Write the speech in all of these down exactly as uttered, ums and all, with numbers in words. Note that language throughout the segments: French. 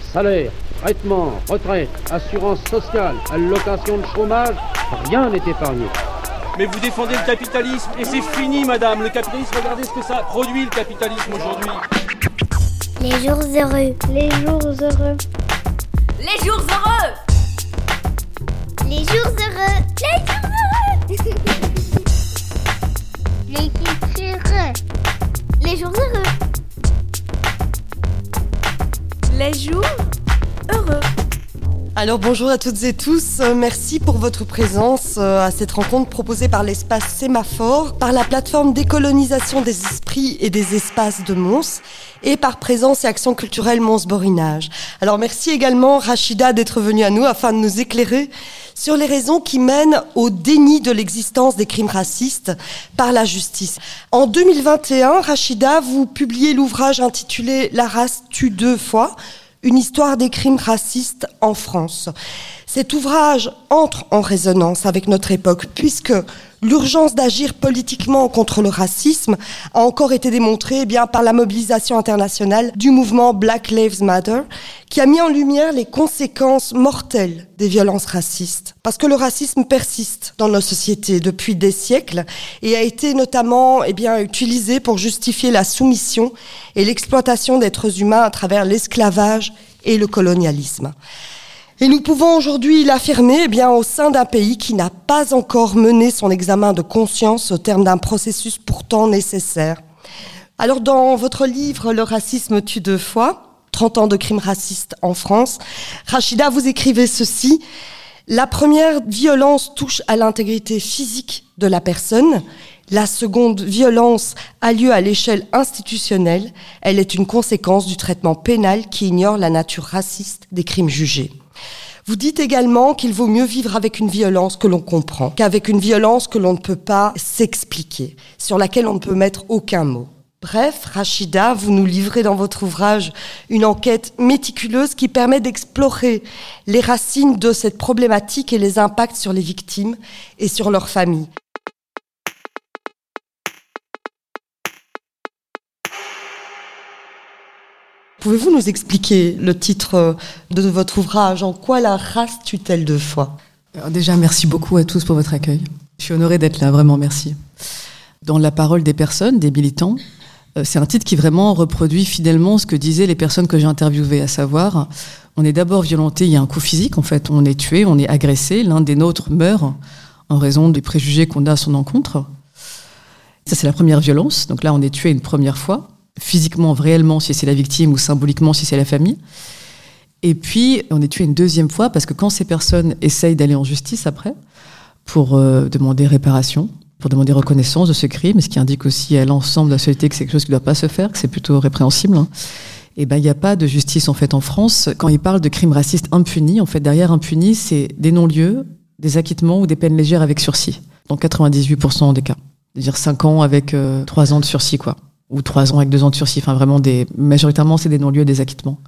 Salaire, traitement, retraite, assurance sociale, allocation de chômage, rien n'est épargné. Mais vous défendez le capitalisme et c'est fini, madame. Le capitalisme, regardez ce que ça produit, le capitalisme, aujourd'hui. Les jours heureux. Les jours heureux. Les jours heureux. Les jours heureux. Les jours heureux. Les jours heureux. Les jours heureux. Les jours heureux. Alors bonjour à toutes et tous, euh, merci pour votre présence euh, à cette rencontre proposée par l'espace Sémaphore, par la plateforme décolonisation des esprits et des espaces de Mons et par Présence et Action culturelle Mons-Borinage. Alors merci également Rachida d'être venue à nous afin de nous éclairer sur les raisons qui mènent au déni de l'existence des crimes racistes par la justice. En deux mille vingt et un, Rachida, vous publiez l'ouvrage intitulé « La race tue deux fois ». Une histoire des crimes racistes en France. Cet ouvrage entre en résonance avec notre époque puisque l'urgence d'agir politiquement contre le racisme a encore été démontrée eh bien, par la mobilisation internationale du mouvement Black Lives Matter qui a mis en lumière les conséquences mortelles des violences racistes. Parce que le racisme persiste dans nos sociétés depuis des siècles et a été notamment eh bien, utilisé pour justifier la soumission et l'exploitation d'êtres humains à travers l'esclavage et le colonialisme. Et nous pouvons aujourd'hui l'affirmer eh bien, au sein d'un pays qui n'a pas encore mené son examen de conscience au terme d'un processus pourtant nécessaire. Alors dans votre livre « Le racisme tue deux fois », trente ans de crimes racistes en France, Rachida, vous écrivez ceci: « La première violence touche à l'intégrité physique de la personne. La seconde violence a lieu à l'échelle institutionnelle. Elle est une conséquence du traitement pénal qui ignore la nature raciste des crimes jugés. » Vous dites également qu'il vaut mieux vivre avec une violence que l'on comprend qu'avec une violence que l'on ne peut pas s'expliquer, sur laquelle on ne peut mettre aucun mot. Bref, Rachida, vous nous livrez dans votre ouvrage une enquête méticuleuse qui permet d'explorer les racines de cette problématique et les impacts sur les victimes et sur leurs familles. Pouvez-vous nous expliquer le titre de votre ouvrage, en quoi la race tue-t-elle deux fois ? Alors déjà, merci beaucoup à tous pour votre accueil. Je suis honorée d'être là, vraiment merci. Dans la parole des personnes, des militants, c'est un titre qui vraiment reproduit fidèlement ce que disaient les personnes que j'ai interviewées, à savoir, on est d'abord violenté, il y a un coup physique, en fait, on est tué, on est agressé, l'un des nôtres meurt en raison des préjugés qu'on a à son encontre. Ça, c'est la première violence, donc là, on est tué une première fois. Physiquement, réellement, si c'est la victime, ou symboliquement, si c'est la famille. Et puis, on est tué une deuxième fois, parce que quand ces personnes essayent d'aller en justice après, pour euh, demander réparation, pour demander reconnaissance de ce crime, ce qui indique aussi à l'ensemble de la société que c'est quelque chose qui ne doit pas se faire, que c'est plutôt répréhensible, hein, et ben, il n'y a pas de justice, en fait, en France. Quand ils parlent de crimes racistes impunis, en fait, derrière impunis, c'est des non-lieux, des acquittements ou des peines légères avec sursis, dans quatre-vingt-dix-huit pour cent des cas. C'est-à-dire cinq ans avec euh, trois ans de sursis, quoi. Ou trois ans avec deux ans de sursis, enfin vraiment des, majoritairement c'est des non-lieux, des acquittements.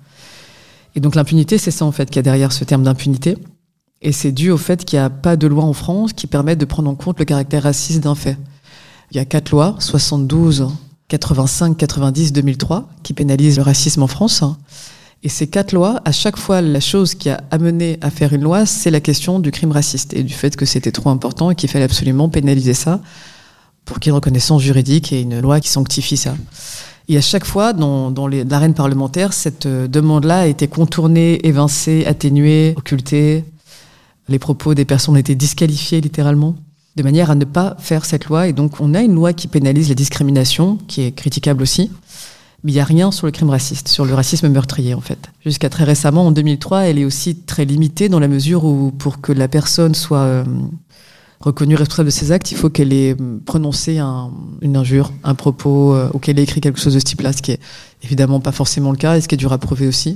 Et donc l'impunité, c'est ça en fait qu'il y a derrière ce terme d'impunité, et c'est dû au fait qu'il n'y a pas de loi en France qui permette de prendre en compte le caractère raciste d'un fait. Il y a quatre lois, soixante-douze, quatre-vingt-cinq, quatre-vingt-dix, deux mille trois, qui pénalisent le racisme en France, et ces quatre lois, à chaque fois, la chose qui a amené à faire une loi, c'est la question du crime raciste, et du fait que c'était trop important et qu'il fallait absolument pénaliser ça, pour qu'il y ait une reconnaissance juridique et une loi qui sanctifie ça. Et à chaque fois, dans, dans les, l'arène parlementaire, cette euh, demande-là a été contournée, évincée, atténuée, occultée. Les propos des personnes ont été disqualifiés, littéralement, de manière à ne pas faire cette loi. Et donc, on a une loi qui pénalise la discrimination, qui est critiquable aussi, mais il n'y a rien sur le crime raciste, sur le racisme meurtrier, en fait. Jusqu'à très récemment, en deux mille trois, elle est aussi très limitée dans la mesure où, pour que la personne soit... Euh, reconnue responsable de ses actes, il faut qu'elle ait prononcé un, une injure, un propos, euh, ou qu'elle ait écrit quelque chose de ce type-là, ce qui est évidemment pas forcément le cas, et ce qui est dur à prouver aussi.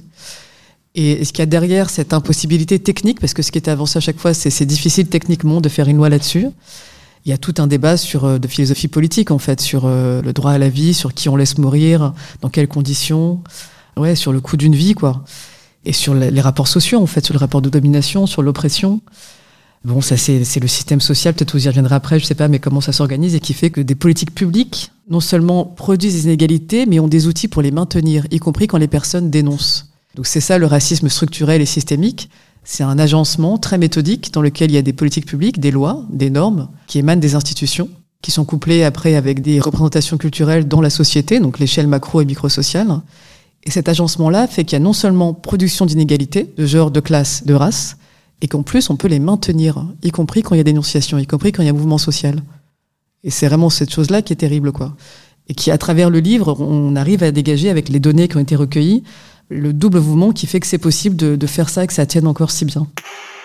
Et, et ce qu'il y a derrière cette impossibilité technique, parce que ce qui est avancé à chaque fois, c'est c'est difficile techniquement de faire une loi là-dessus. Il y a tout un débat sur euh, de philosophie politique, en fait, sur euh, le droit à la vie, sur qui on laisse mourir, dans quelles conditions, ouais, sur le coût d'une vie, quoi. Et sur les rapports sociaux, en fait, sur le rapport de domination, sur l'oppression. Bon, ça c'est, c'est le système social, peut-être vous y reviendrez après, je sais pas, mais comment ça s'organise et qui fait que des politiques publiques, non seulement produisent des inégalités, mais ont des outils pour les maintenir, y compris quand les personnes dénoncent. Donc c'est ça le racisme structurel et systémique. C'est un agencement très méthodique dans lequel il y a des politiques publiques, des lois, des normes qui émanent des institutions, qui sont couplées après avec des représentations culturelles dans la société, donc l'échelle macro et micro-sociale. Et cet agencement-là fait qu'il y a non seulement production d'inégalités, de genre, de classe, de race, et qu'en plus on peut les maintenir, y compris quand il y a dénonciation, y compris quand il y a mouvement social. Et c'est vraiment cette chose-là qui est terrible, quoi. Et qui, à travers le livre, on arrive à dégager avec les données qui ont été recueillies, le double mouvement qui fait que c'est possible de, de faire ça et que ça tienne encore si bien.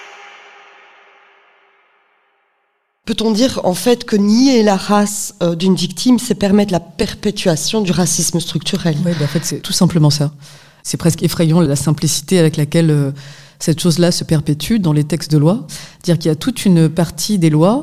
Peut-on dire en fait que nier la race euh, d'une victime, c'est permettre la perpétuation du racisme structurel ? Oui, ben en fait, c'est tout simplement ça. C'est presque effrayant la simplicité avec laquelle euh, cette chose-là se perpétue dans les textes de loi. Dire qu'il y a toute une partie des lois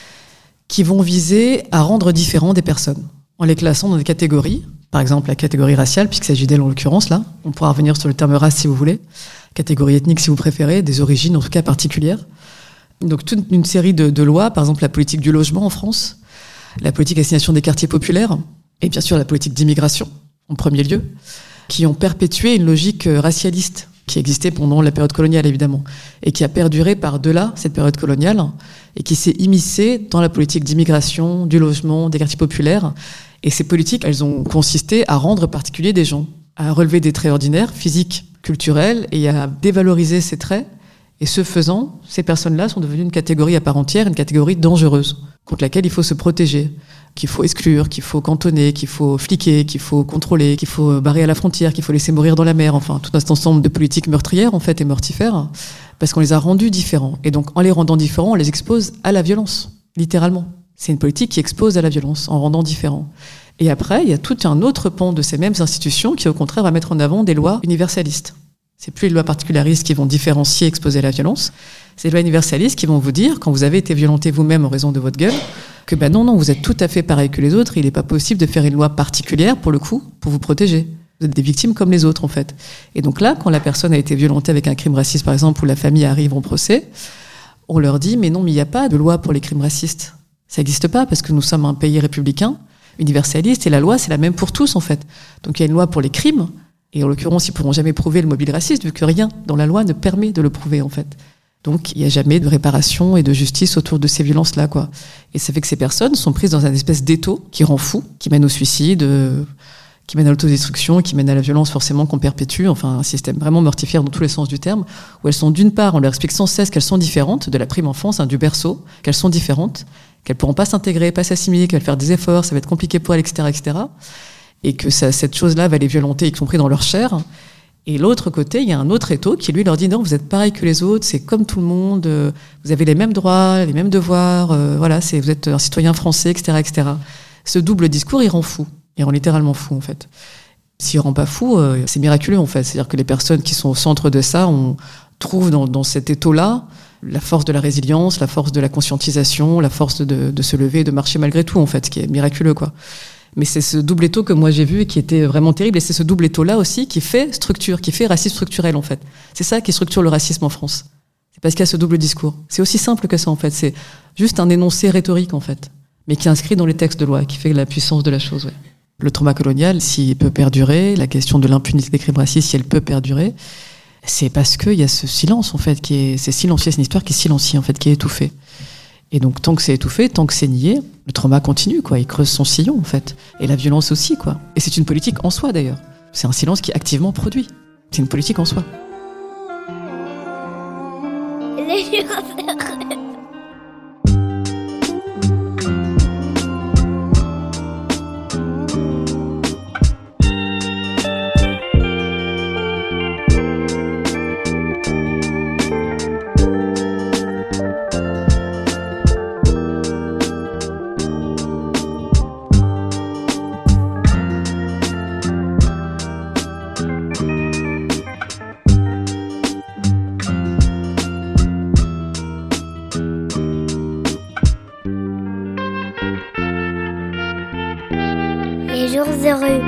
qui vont viser à rendre différents des personnes, en les classant dans des catégories. Par exemple, la catégorie raciale, puisqu'il s'agit d'elle en l'occurrence, là. On pourra revenir sur le terme race si vous voulez. Catégorie ethnique si vous préférez, des origines en tout cas particulières. Donc toute une série de, de lois, par exemple la politique du logement en France, la politique d'assignation des quartiers populaires, et bien sûr la politique d'immigration, en premier lieu, qui ont perpétué une logique racialiste qui existait pendant la période coloniale, évidemment, et qui a perduré par-delà cette période coloniale, et qui s'est immiscée dans la politique d'immigration, du logement, des quartiers populaires. Et ces politiques, elles ont consisté à rendre particuliers des gens, à relever des traits ordinaires, physiques, culturels, et à dévaloriser ces traits. Et ce faisant, ces personnes-là sont devenues une catégorie à part entière, une catégorie dangereuse, contre laquelle il faut se protéger, qu'il faut exclure, qu'il faut cantonner, qu'il faut fliquer, qu'il faut contrôler, qu'il faut barrer à la frontière, qu'il faut laisser mourir dans la mer, enfin tout un ensemble de politiques meurtrières en fait et mortifères, parce qu'on les a rendus différents. Et donc en les rendant différents, on les expose à la violence, littéralement. C'est une politique qui expose à la violence en rendant différents. Et après, il y a tout un autre pan de ces mêmes institutions qui au contraire va mettre en avant des lois universalistes. C'est plus les lois particularistes qui vont différencier, exposer à la violence. C'est les lois universalistes qui vont vous dire, quand vous avez été violenté vous-même en raison de votre gueule, que ben non, non, vous êtes tout à fait pareil que les autres, il n'est pas possible de faire une loi particulière, pour le coup, pour vous protéger. Vous êtes des victimes comme les autres, en fait. Et donc là, quand la personne a été violentée avec un crime raciste, par exemple, où la famille arrive en procès, on leur dit, mais non, mais il n'y a pas de loi pour les crimes racistes. Ça n'existe pas, parce que nous sommes un pays républicain, universaliste, et la loi, c'est la même pour tous, en fait. Donc il y a une loi pour les crimes, et en l'occurrence, ils ne pourront jamais prouver le mobile raciste, vu que rien dans la loi ne permet de le prouver, en fait. Donc, il n'y a jamais de réparation et de justice autour de ces violences-là, quoi. Et ça fait que ces personnes sont prises dans une espèce d'étau qui rend fou, qui mène au suicide, euh, qui mène à l'autodestruction, qui mène à la violence forcément qu'on perpétue, enfin, un système vraiment mortifère dans tous les sens du terme, où elles sont d'une part, on leur explique sans cesse qu'elles sont différentes, de la prime enfance, hein, du berceau, qu'elles sont différentes, qu'elles ne pourront pas s'intégrer, pas s'assimiler, qu'elles vont faire des efforts, ça va être compliqué pour elles, et cetera, et cetera. Et que ça, cette chose-là va les violenter, y compris dans leur chair. Et l'autre côté, il y a un autre étau qui, lui, leur dit non, vous êtes pareil que les autres, c'est comme tout le monde, euh, vous avez les mêmes droits, les mêmes devoirs, euh, voilà, c'est, vous êtes un citoyen français, et cetera, et cetera. Ce double discours, il rend fou. Il rend littéralement fou, en fait. S'il rend pas fou, euh, c'est miraculeux, en fait. C'est-à-dire que les personnes qui sont au centre de ça, on trouve dans, dans cet étau-là la force de la résilience, la force de la conscientisation, la force de, de se lever et de marcher malgré tout, en fait, ce qui est miraculeux, quoi. Mais c'est ce double étau que moi j'ai vu et qui était vraiment terrible. Et c'est ce double étau-là aussi qui fait structure, qui fait racisme structurel, en fait. C'est ça qui structure le racisme en France. C'est parce qu'il y a ce double discours. C'est aussi simple que ça, en fait. C'est juste un énoncé rhétorique, en fait, mais qui est inscrit dans les textes de loi, qui fait la puissance de la chose, ouais. Le trauma colonial, s'il peut perdurer, la question de l'impunité des crimes racistes, si elle peut perdurer, c'est parce qu'il y a ce silence, en fait, qui est, c'est silencieux, c'est une histoire qui est silencieuse, en fait, qui est étouffée. Et donc, tant que c'est étouffé, tant que c'est nié, le trauma continue, quoi. Il creuse son sillon, en fait. Et la violence aussi, quoi. Et c'est une politique en soi, d'ailleurs. C'est un silence qui est activement produit. C'est une politique en soi. Les jours heureux. Les jours heureux.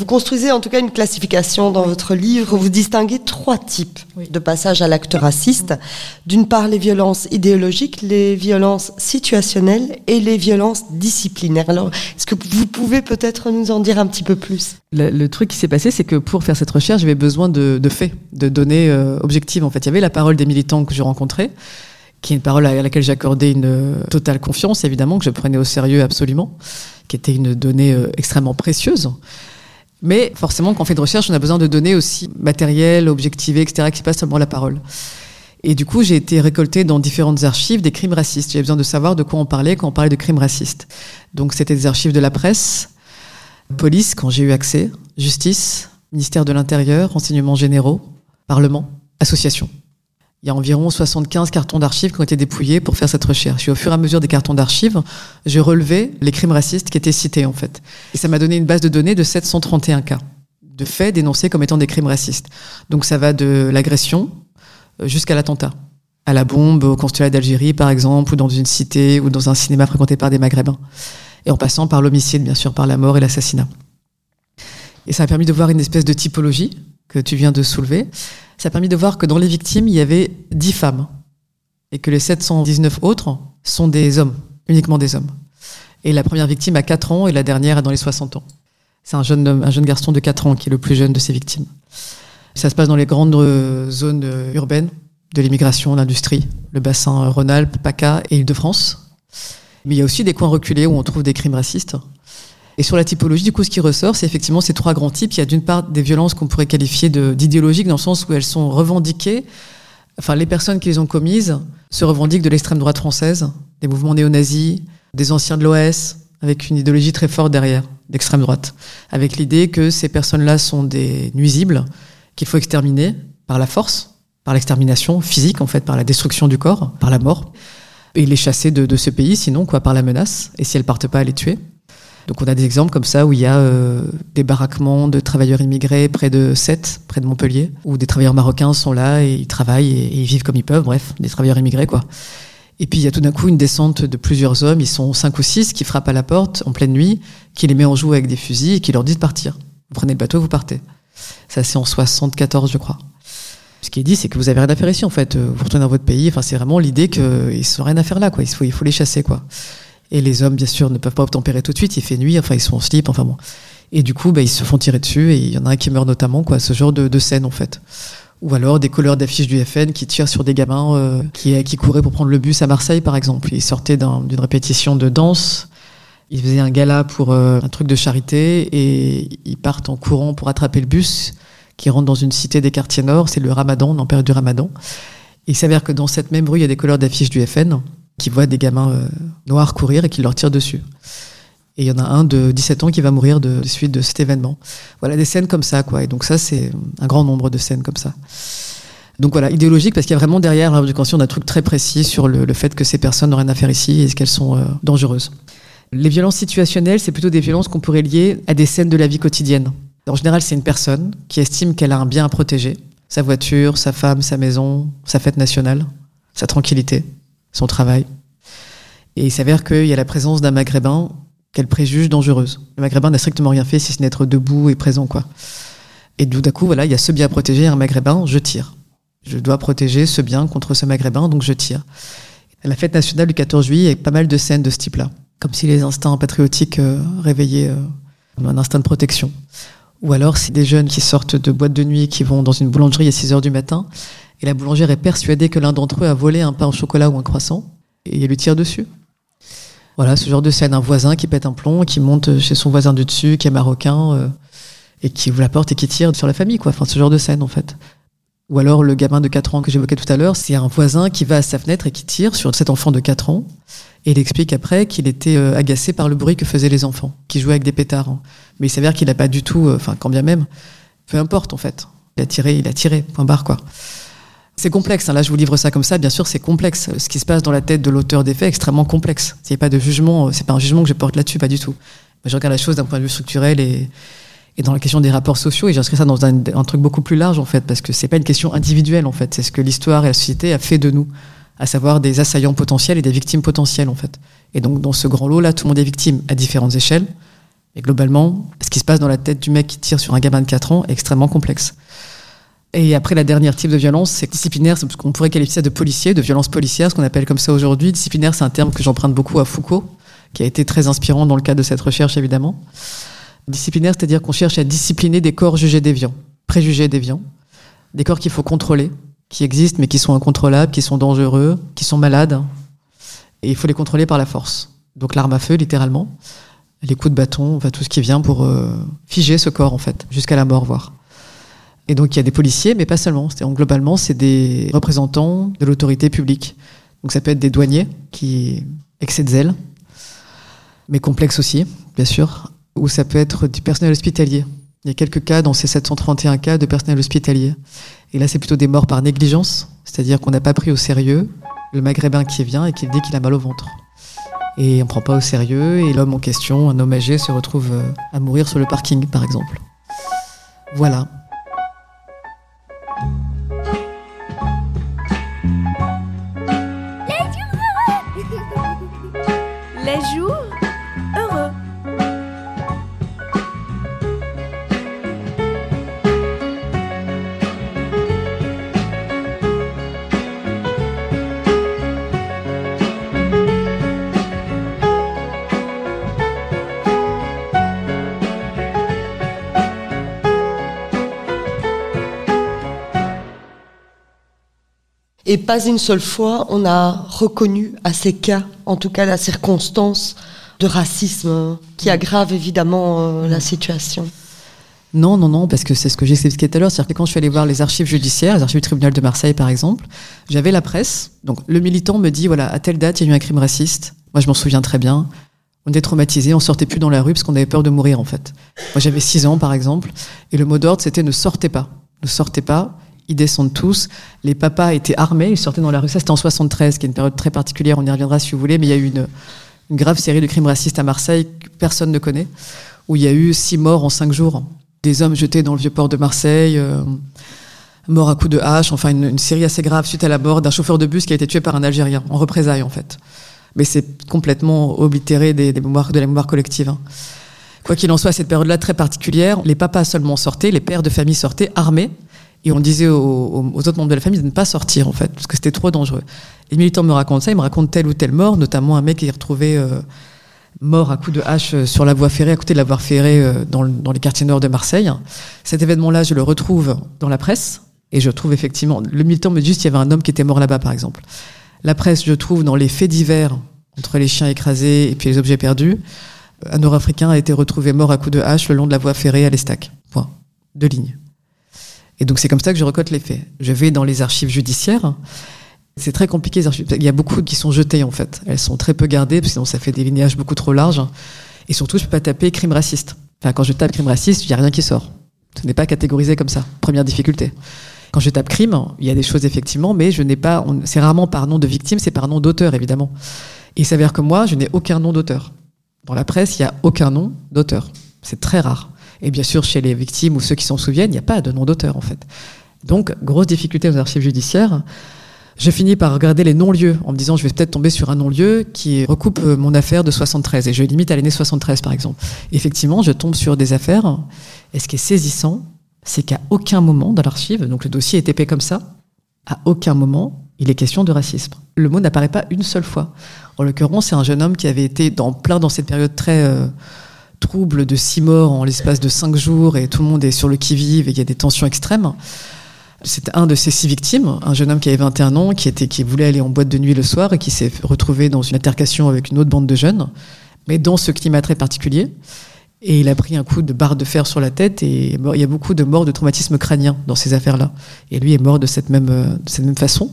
Vous construisez en tout cas une classification dans votre livre. Vous distinguez trois types oui. de passages à l'acte raciste. D'une part, les violences idéologiques, les violences situationnelles et les violences disciplinaires. Alors, est-ce que vous pouvez peut-être nous en dire un petit peu plus ? Le, le truc qui s'est passé, c'est que pour faire cette recherche, j'avais besoin de, de faits, de données euh, objectives. En fait, il y avait la parole des militants que je rencontrais, qui est une parole à laquelle j'accordais une euh, totale confiance, évidemment, que je prenais au sérieux absolument, qui était une donnée euh, extrêmement précieuse. Mais forcément, quand on fait de recherche, on a besoin de données aussi matérielles, objectivées, et cetera, qui ne sont pas seulement la parole. Et du coup, j'ai été récoltée dans différentes archives des crimes racistes. J'avais besoin de savoir de quoi on parlait quand on parlait de crimes racistes. Donc, c'était des archives de la presse, police, quand j'ai eu accès, justice, ministère de l'Intérieur, renseignements généraux, parlement, associations. Il y a environ soixante-quinze cartons d'archives qui ont été dépouillés pour faire cette recherche. Et au fur et à mesure des cartons d'archives, je relevais les crimes racistes qui étaient cités, en fait. Et ça m'a donné une base de données de sept cent trente et un cas de faits dénoncés comme étant des crimes racistes. Donc ça va de l'agression jusqu'à l'attentat. À la bombe, au consulat d'Algérie, par exemple, ou dans une cité, ou dans un cinéma fréquenté par des Maghrébins. Et en passant par l'homicide, bien sûr, par la mort et l'assassinat. Et ça a permis de voir une espèce de typologie que tu viens de soulever. Ça a permis de voir que dans les victimes, il y avait dix femmes et que les sept cent dix-neuf autres sont des hommes, uniquement des hommes. Et la première victime a quatre ans et la dernière est dans les soixante ans. C'est un jeune, un jeune garçon de quatre ans qui est le plus jeune de ces victimes. Ça se passe dans les grandes zones urbaines de l'immigration, l'industrie, le bassin Rhône-Alpes, PACA et Île-de-France. Mais il y a aussi des coins reculés où on trouve des crimes racistes. Et sur la typologie, du coup, ce qui ressort, c'est effectivement ces trois grands types. Il y a d'une part des violences qu'on pourrait qualifier de, d'idéologiques, dans le sens où elles sont revendiquées. Enfin, les personnes qui les ont commises se revendiquent de l'extrême droite française, des mouvements néo-nazis, des anciens de l'O S, avec une idéologie très forte derrière, d'extrême droite, avec l'idée que ces personnes-là sont des nuisibles, qu'il faut exterminer par la force, par l'extermination physique, en fait, par la destruction du corps, par la mort, et les chasser de, de ce pays, sinon, quoi, par la menace, et si elles partent pas, les tuer. Donc on a des exemples comme ça où il y a euh, des baraquements de travailleurs immigrés près de Sète, près de Montpellier, où des travailleurs marocains sont là et ils travaillent et, et ils vivent comme ils peuvent, bref, des travailleurs immigrés, quoi. Et puis il y a tout d'un coup une descente de plusieurs hommes, ils sont cinq ou six, qui frappent à la porte en pleine nuit, qui les met en joue avec des fusils et qui leur disent de partir. Vous prenez le bateau, vous partez. Ça c'est en soixante-quatorze, je crois. Ce qui est dit, c'est que vous avez rien à faire ici, en fait. Vous retournez dans votre pays. Enfin, c'est vraiment l'idée qu'ils n'ont rien à faire là, quoi. Il faut, il faut les chasser, quoi. Et les hommes, bien sûr, ne peuvent pas obtempérer tout de suite. Il fait nuit, enfin, ils sont en slip, enfin bon. Et du coup, bah, ils se font tirer dessus et il y en a un qui meurt notamment, quoi. Ce genre de, de scène, en fait. Ou alors des colleurs d'affiches du F N qui tirent sur des gamins euh, qui, qui couraient pour prendre le bus à Marseille, par exemple. Ils sortaient d'un, d'une répétition de danse. Ils faisaient un gala pour euh, un truc de charité et ils partent en courant pour attraper le bus qui rentre dans une cité des quartiers nord. C'est le Ramadan, on est en période du Ramadan. Et il s'avère que dans cette même rue, il y a des colleurs d'affiches du F N qui voient des gamins euh, noirs courir et qui leur tirent dessus. Et il y en a un de dix-sept ans qui va mourir de, de suite de cet événement. Voilà, des scènes comme ça, quoi. Et donc ça, c'est un grand nombre de scènes comme ça. Donc voilà, idéologique, parce qu'il y a vraiment derrière l'arbre du conscient un truc très précis sur le, le fait que ces personnes n'ont rien à faire ici et qu'elles sont euh, dangereuses. Les violences situationnelles, c'est plutôt des violences qu'on pourrait lier à des scènes de la vie quotidienne. En général, c'est une personne qui estime qu'elle a un bien à protéger. Sa voiture, sa femme, sa maison, sa fête nationale, sa tranquillité, son travail. Et il s'avère qu'il y a la présence d'un maghrébin qu'elle préjuge dangereuse. Le maghrébin n'a strictement rien fait si ce n'est être debout et présent, quoi. Et tout d'un coup, voilà, il y a ce bien à protéger, un maghrébin, je tire. Je dois protéger ce bien contre ce maghrébin, donc je tire. À la fête nationale du quatorze juillet, il y a pas mal de scènes de ce type-là. Comme si les instincts patriotiques euh, réveillaient euh, un instinct de protection. Ou alors, c'est des jeunes qui sortent de boîte de nuit, qui vont dans une boulangerie à six heures du matin, et la boulangère est persuadée que l'un d'entre eux a volé un pain au chocolat ou un croissant, et elle lui tire dessus. Voilà, ce genre de scène, un voisin qui pète un plomb, qui monte chez son voisin du dessus, qui est marocain, euh, et qui ouvre la porte et qui tire sur la famille, quoi. Enfin, ce genre de scène, en fait. Ou alors, le gamin de quatre ans que j'évoquais tout à l'heure, c'est un voisin qui va à sa fenêtre et qui tire sur cet enfant de quatre ans, et il explique après qu'il était euh, agacé par le bruit que faisaient les enfants, qui jouaient avec des pétards. Hein. Mais il s'avère qu'il n'a pas du tout, enfin, euh, quand bien même, peu importe, en fait. Il a tiré, il a tiré, point barre, quoi. C'est complexe, hein. Là je vous livre ça comme ça, bien sûr c'est complexe. Ce qui se passe dans la tête de l'auteur des faits est extrêmement complexe. Il n'y a pas de jugement, c'est pas un jugement que je porte là-dessus, pas du tout. Mais je regarde la chose d'un point de vue structurel et, et dans la question des rapports sociaux, et j'inscris ça dans un, un truc beaucoup plus large en fait, parce que c'est pas une question individuelle en fait, c'est ce que l'histoire et la société a fait de nous, à savoir des assaillants potentiels et des victimes potentielles en fait. Et donc dans ce grand lot là, tout le monde est victime à différentes échelles, Mais globalement, ce qui se passe dans la tête du mec qui tire sur un gamin de quatre ans est extrêmement complexe. Et après, la dernière type de violence, c'est disciplinaire, c'est ce qu'on pourrait qualifier ça de policier, de violence policière, ce qu'on appelle comme ça aujourd'hui. Disciplinaire, c'est un terme que j'emprunte beaucoup à Foucault, qui a été très inspirant dans le cadre de cette recherche, évidemment. Disciplinaire, c'est-à-dire qu'on cherche à discipliner des corps jugés déviants, préjugés déviants, des corps qu'il faut contrôler, qui existent mais qui sont incontrôlables, qui sont dangereux, qui sont malades. Et il faut les contrôler par la force. Donc l'arme à feu, littéralement, les coups de bâton, enfin, tout ce qui vient pour euh, figer ce corps, en fait, jusqu'à la mort, voire. Et donc il y a des policiers, mais pas seulement. C'est-à-dire, globalement, c'est des représentants de l'autorité publique. Donc ça peut être des douaniers qui excès de zèle, mais complexes aussi, bien sûr. Ou ça peut être du personnel hospitalier. Il y a quelques cas, dans ces sept cent trente et un cas de personnel hospitalier. Et là, c'est plutôt des morts par négligence, c'est-à-dire qu'on n'a pas pris au sérieux le maghrébin qui vient et qui dit qu'il a mal au ventre. Et on ne prend pas au sérieux, et l'homme en question, un homme âgé, se retrouve à mourir sur le parking, par exemple. Voilà. Les jours heureux. Et pas une seule fois, on a reconnu à ces cas, en tout cas la circonstance de racisme qui aggrave évidemment euh, la situation. Non, non, non, parce que c'est ce que j'ai expliqué tout à l'heure. C'est-à-dire que quand je suis allée voir les archives judiciaires, les archives du tribunal de Marseille par exemple, j'avais la presse. Donc le militant me dit, voilà, à telle date, il y a eu un crime raciste. Moi, je m'en souviens très bien. On était traumatisés, on sortait plus dans la rue parce qu'on avait peur de mourir en fait. Moi, j'avais six ans par exemple, et le mot d'ordre, c'était ne sortez pas. Ne sortez pas. Ils descendent tous. Les papas étaient armés, ils sortaient dans la rue. Ça, c'était en soixante-treize, qui est une période très particulière. On y reviendra si vous voulez, mais il y a eu une, une grave série de crimes racistes à Marseille que personne ne connaît, où il y a eu six morts en cinq jours. Des hommes jetés dans le vieux port de Marseille, euh, morts à coups de hache, enfin une, une série assez grave suite à la mort d'un chauffeur de bus qui a été tué par un Algérien, en représailles en fait. Mais c'est complètement oblitéré des, des mémoires, de la mémoire collective. Hein. Quoi qu'il en soit, cette période-là très particulière, les papas seulement sortaient, les pères de famille sortaient armés. Et on disait aux, aux autres membres de la famille de ne pas sortir, en fait, parce que c'était trop dangereux. Les militants me racontent ça, ils me racontent telle ou telle mort, notamment un mec qui est retrouvé euh, mort à coups de hache sur la voie ferrée, à côté de la voie ferrée euh, dans, le, dans les quartiers nord de Marseille. Cet événement-là, je le retrouve dans la presse, et je trouve effectivement... Le militant me dit juste qu'il y avait un homme qui était mort là-bas, par exemple. La presse, je trouve dans les faits divers, entre les chiens écrasés et puis les objets perdus, un Nord-Africain a été retrouvé mort à coups de hache le long de la voie ferrée à l'Estac. Point. Deux lignes. Et donc c'est comme ça que je recote les faits. Je vais dans les archives judiciaires. C'est très compliqué les archives. Il y a beaucoup qui sont jetées en fait. Elles sont très peu gardées, parce que sinon ça fait des lignages beaucoup trop larges. Et surtout, je peux pas taper crime raciste. Enfin, quand je tape crime raciste, il y a rien qui sort. Ce n'est pas catégorisé comme ça. Première difficulté. Quand je tape crime, il y a des choses effectivement, mais je n'ai pas. On, c'est rarement par nom de victime, c'est par nom d'auteur évidemment. Et il s'avère que moi, je n'ai aucun nom d'auteur. Dans la presse, il y a aucun nom d'auteur. C'est très rare. Et bien sûr, chez les victimes ou ceux qui s'en souviennent, il n'y a pas de nom d'auteur, en fait. Donc, grosse difficulté aux archives judiciaires. Je finis par regarder les non-lieux, en me disant, je vais peut-être tomber sur un non-lieu qui recoupe mon affaire de soixante-treize. Et je limite à l'année soixante-treize, par exemple. Et effectivement, je tombe sur des affaires. Et ce qui est saisissant, c'est qu'à aucun moment dans l'archive, donc le dossier est épais comme ça, à aucun moment, il est question de racisme. Le mot n'apparaît pas une seule fois. En l'occurrence, c'est un jeune homme qui avait été dans plein dans cette période très... Euh, trouble de six morts en l'espace de cinq jours et tout le monde est sur le qui-vive et il y a des tensions extrêmes. C'était un de ces six victimes, un jeune homme qui avait vingt et un ans, qui, était, qui voulait aller en boîte de nuit le soir et qui s'est retrouvé dans une altercation avec une autre bande de jeunes, mais dans ce climat très particulier. Et il a pris un coup de barre de fer sur la tête et il y a beaucoup de morts de traumatisme crânien dans ces affaires-là. Et lui est mort de cette même, de cette même façon.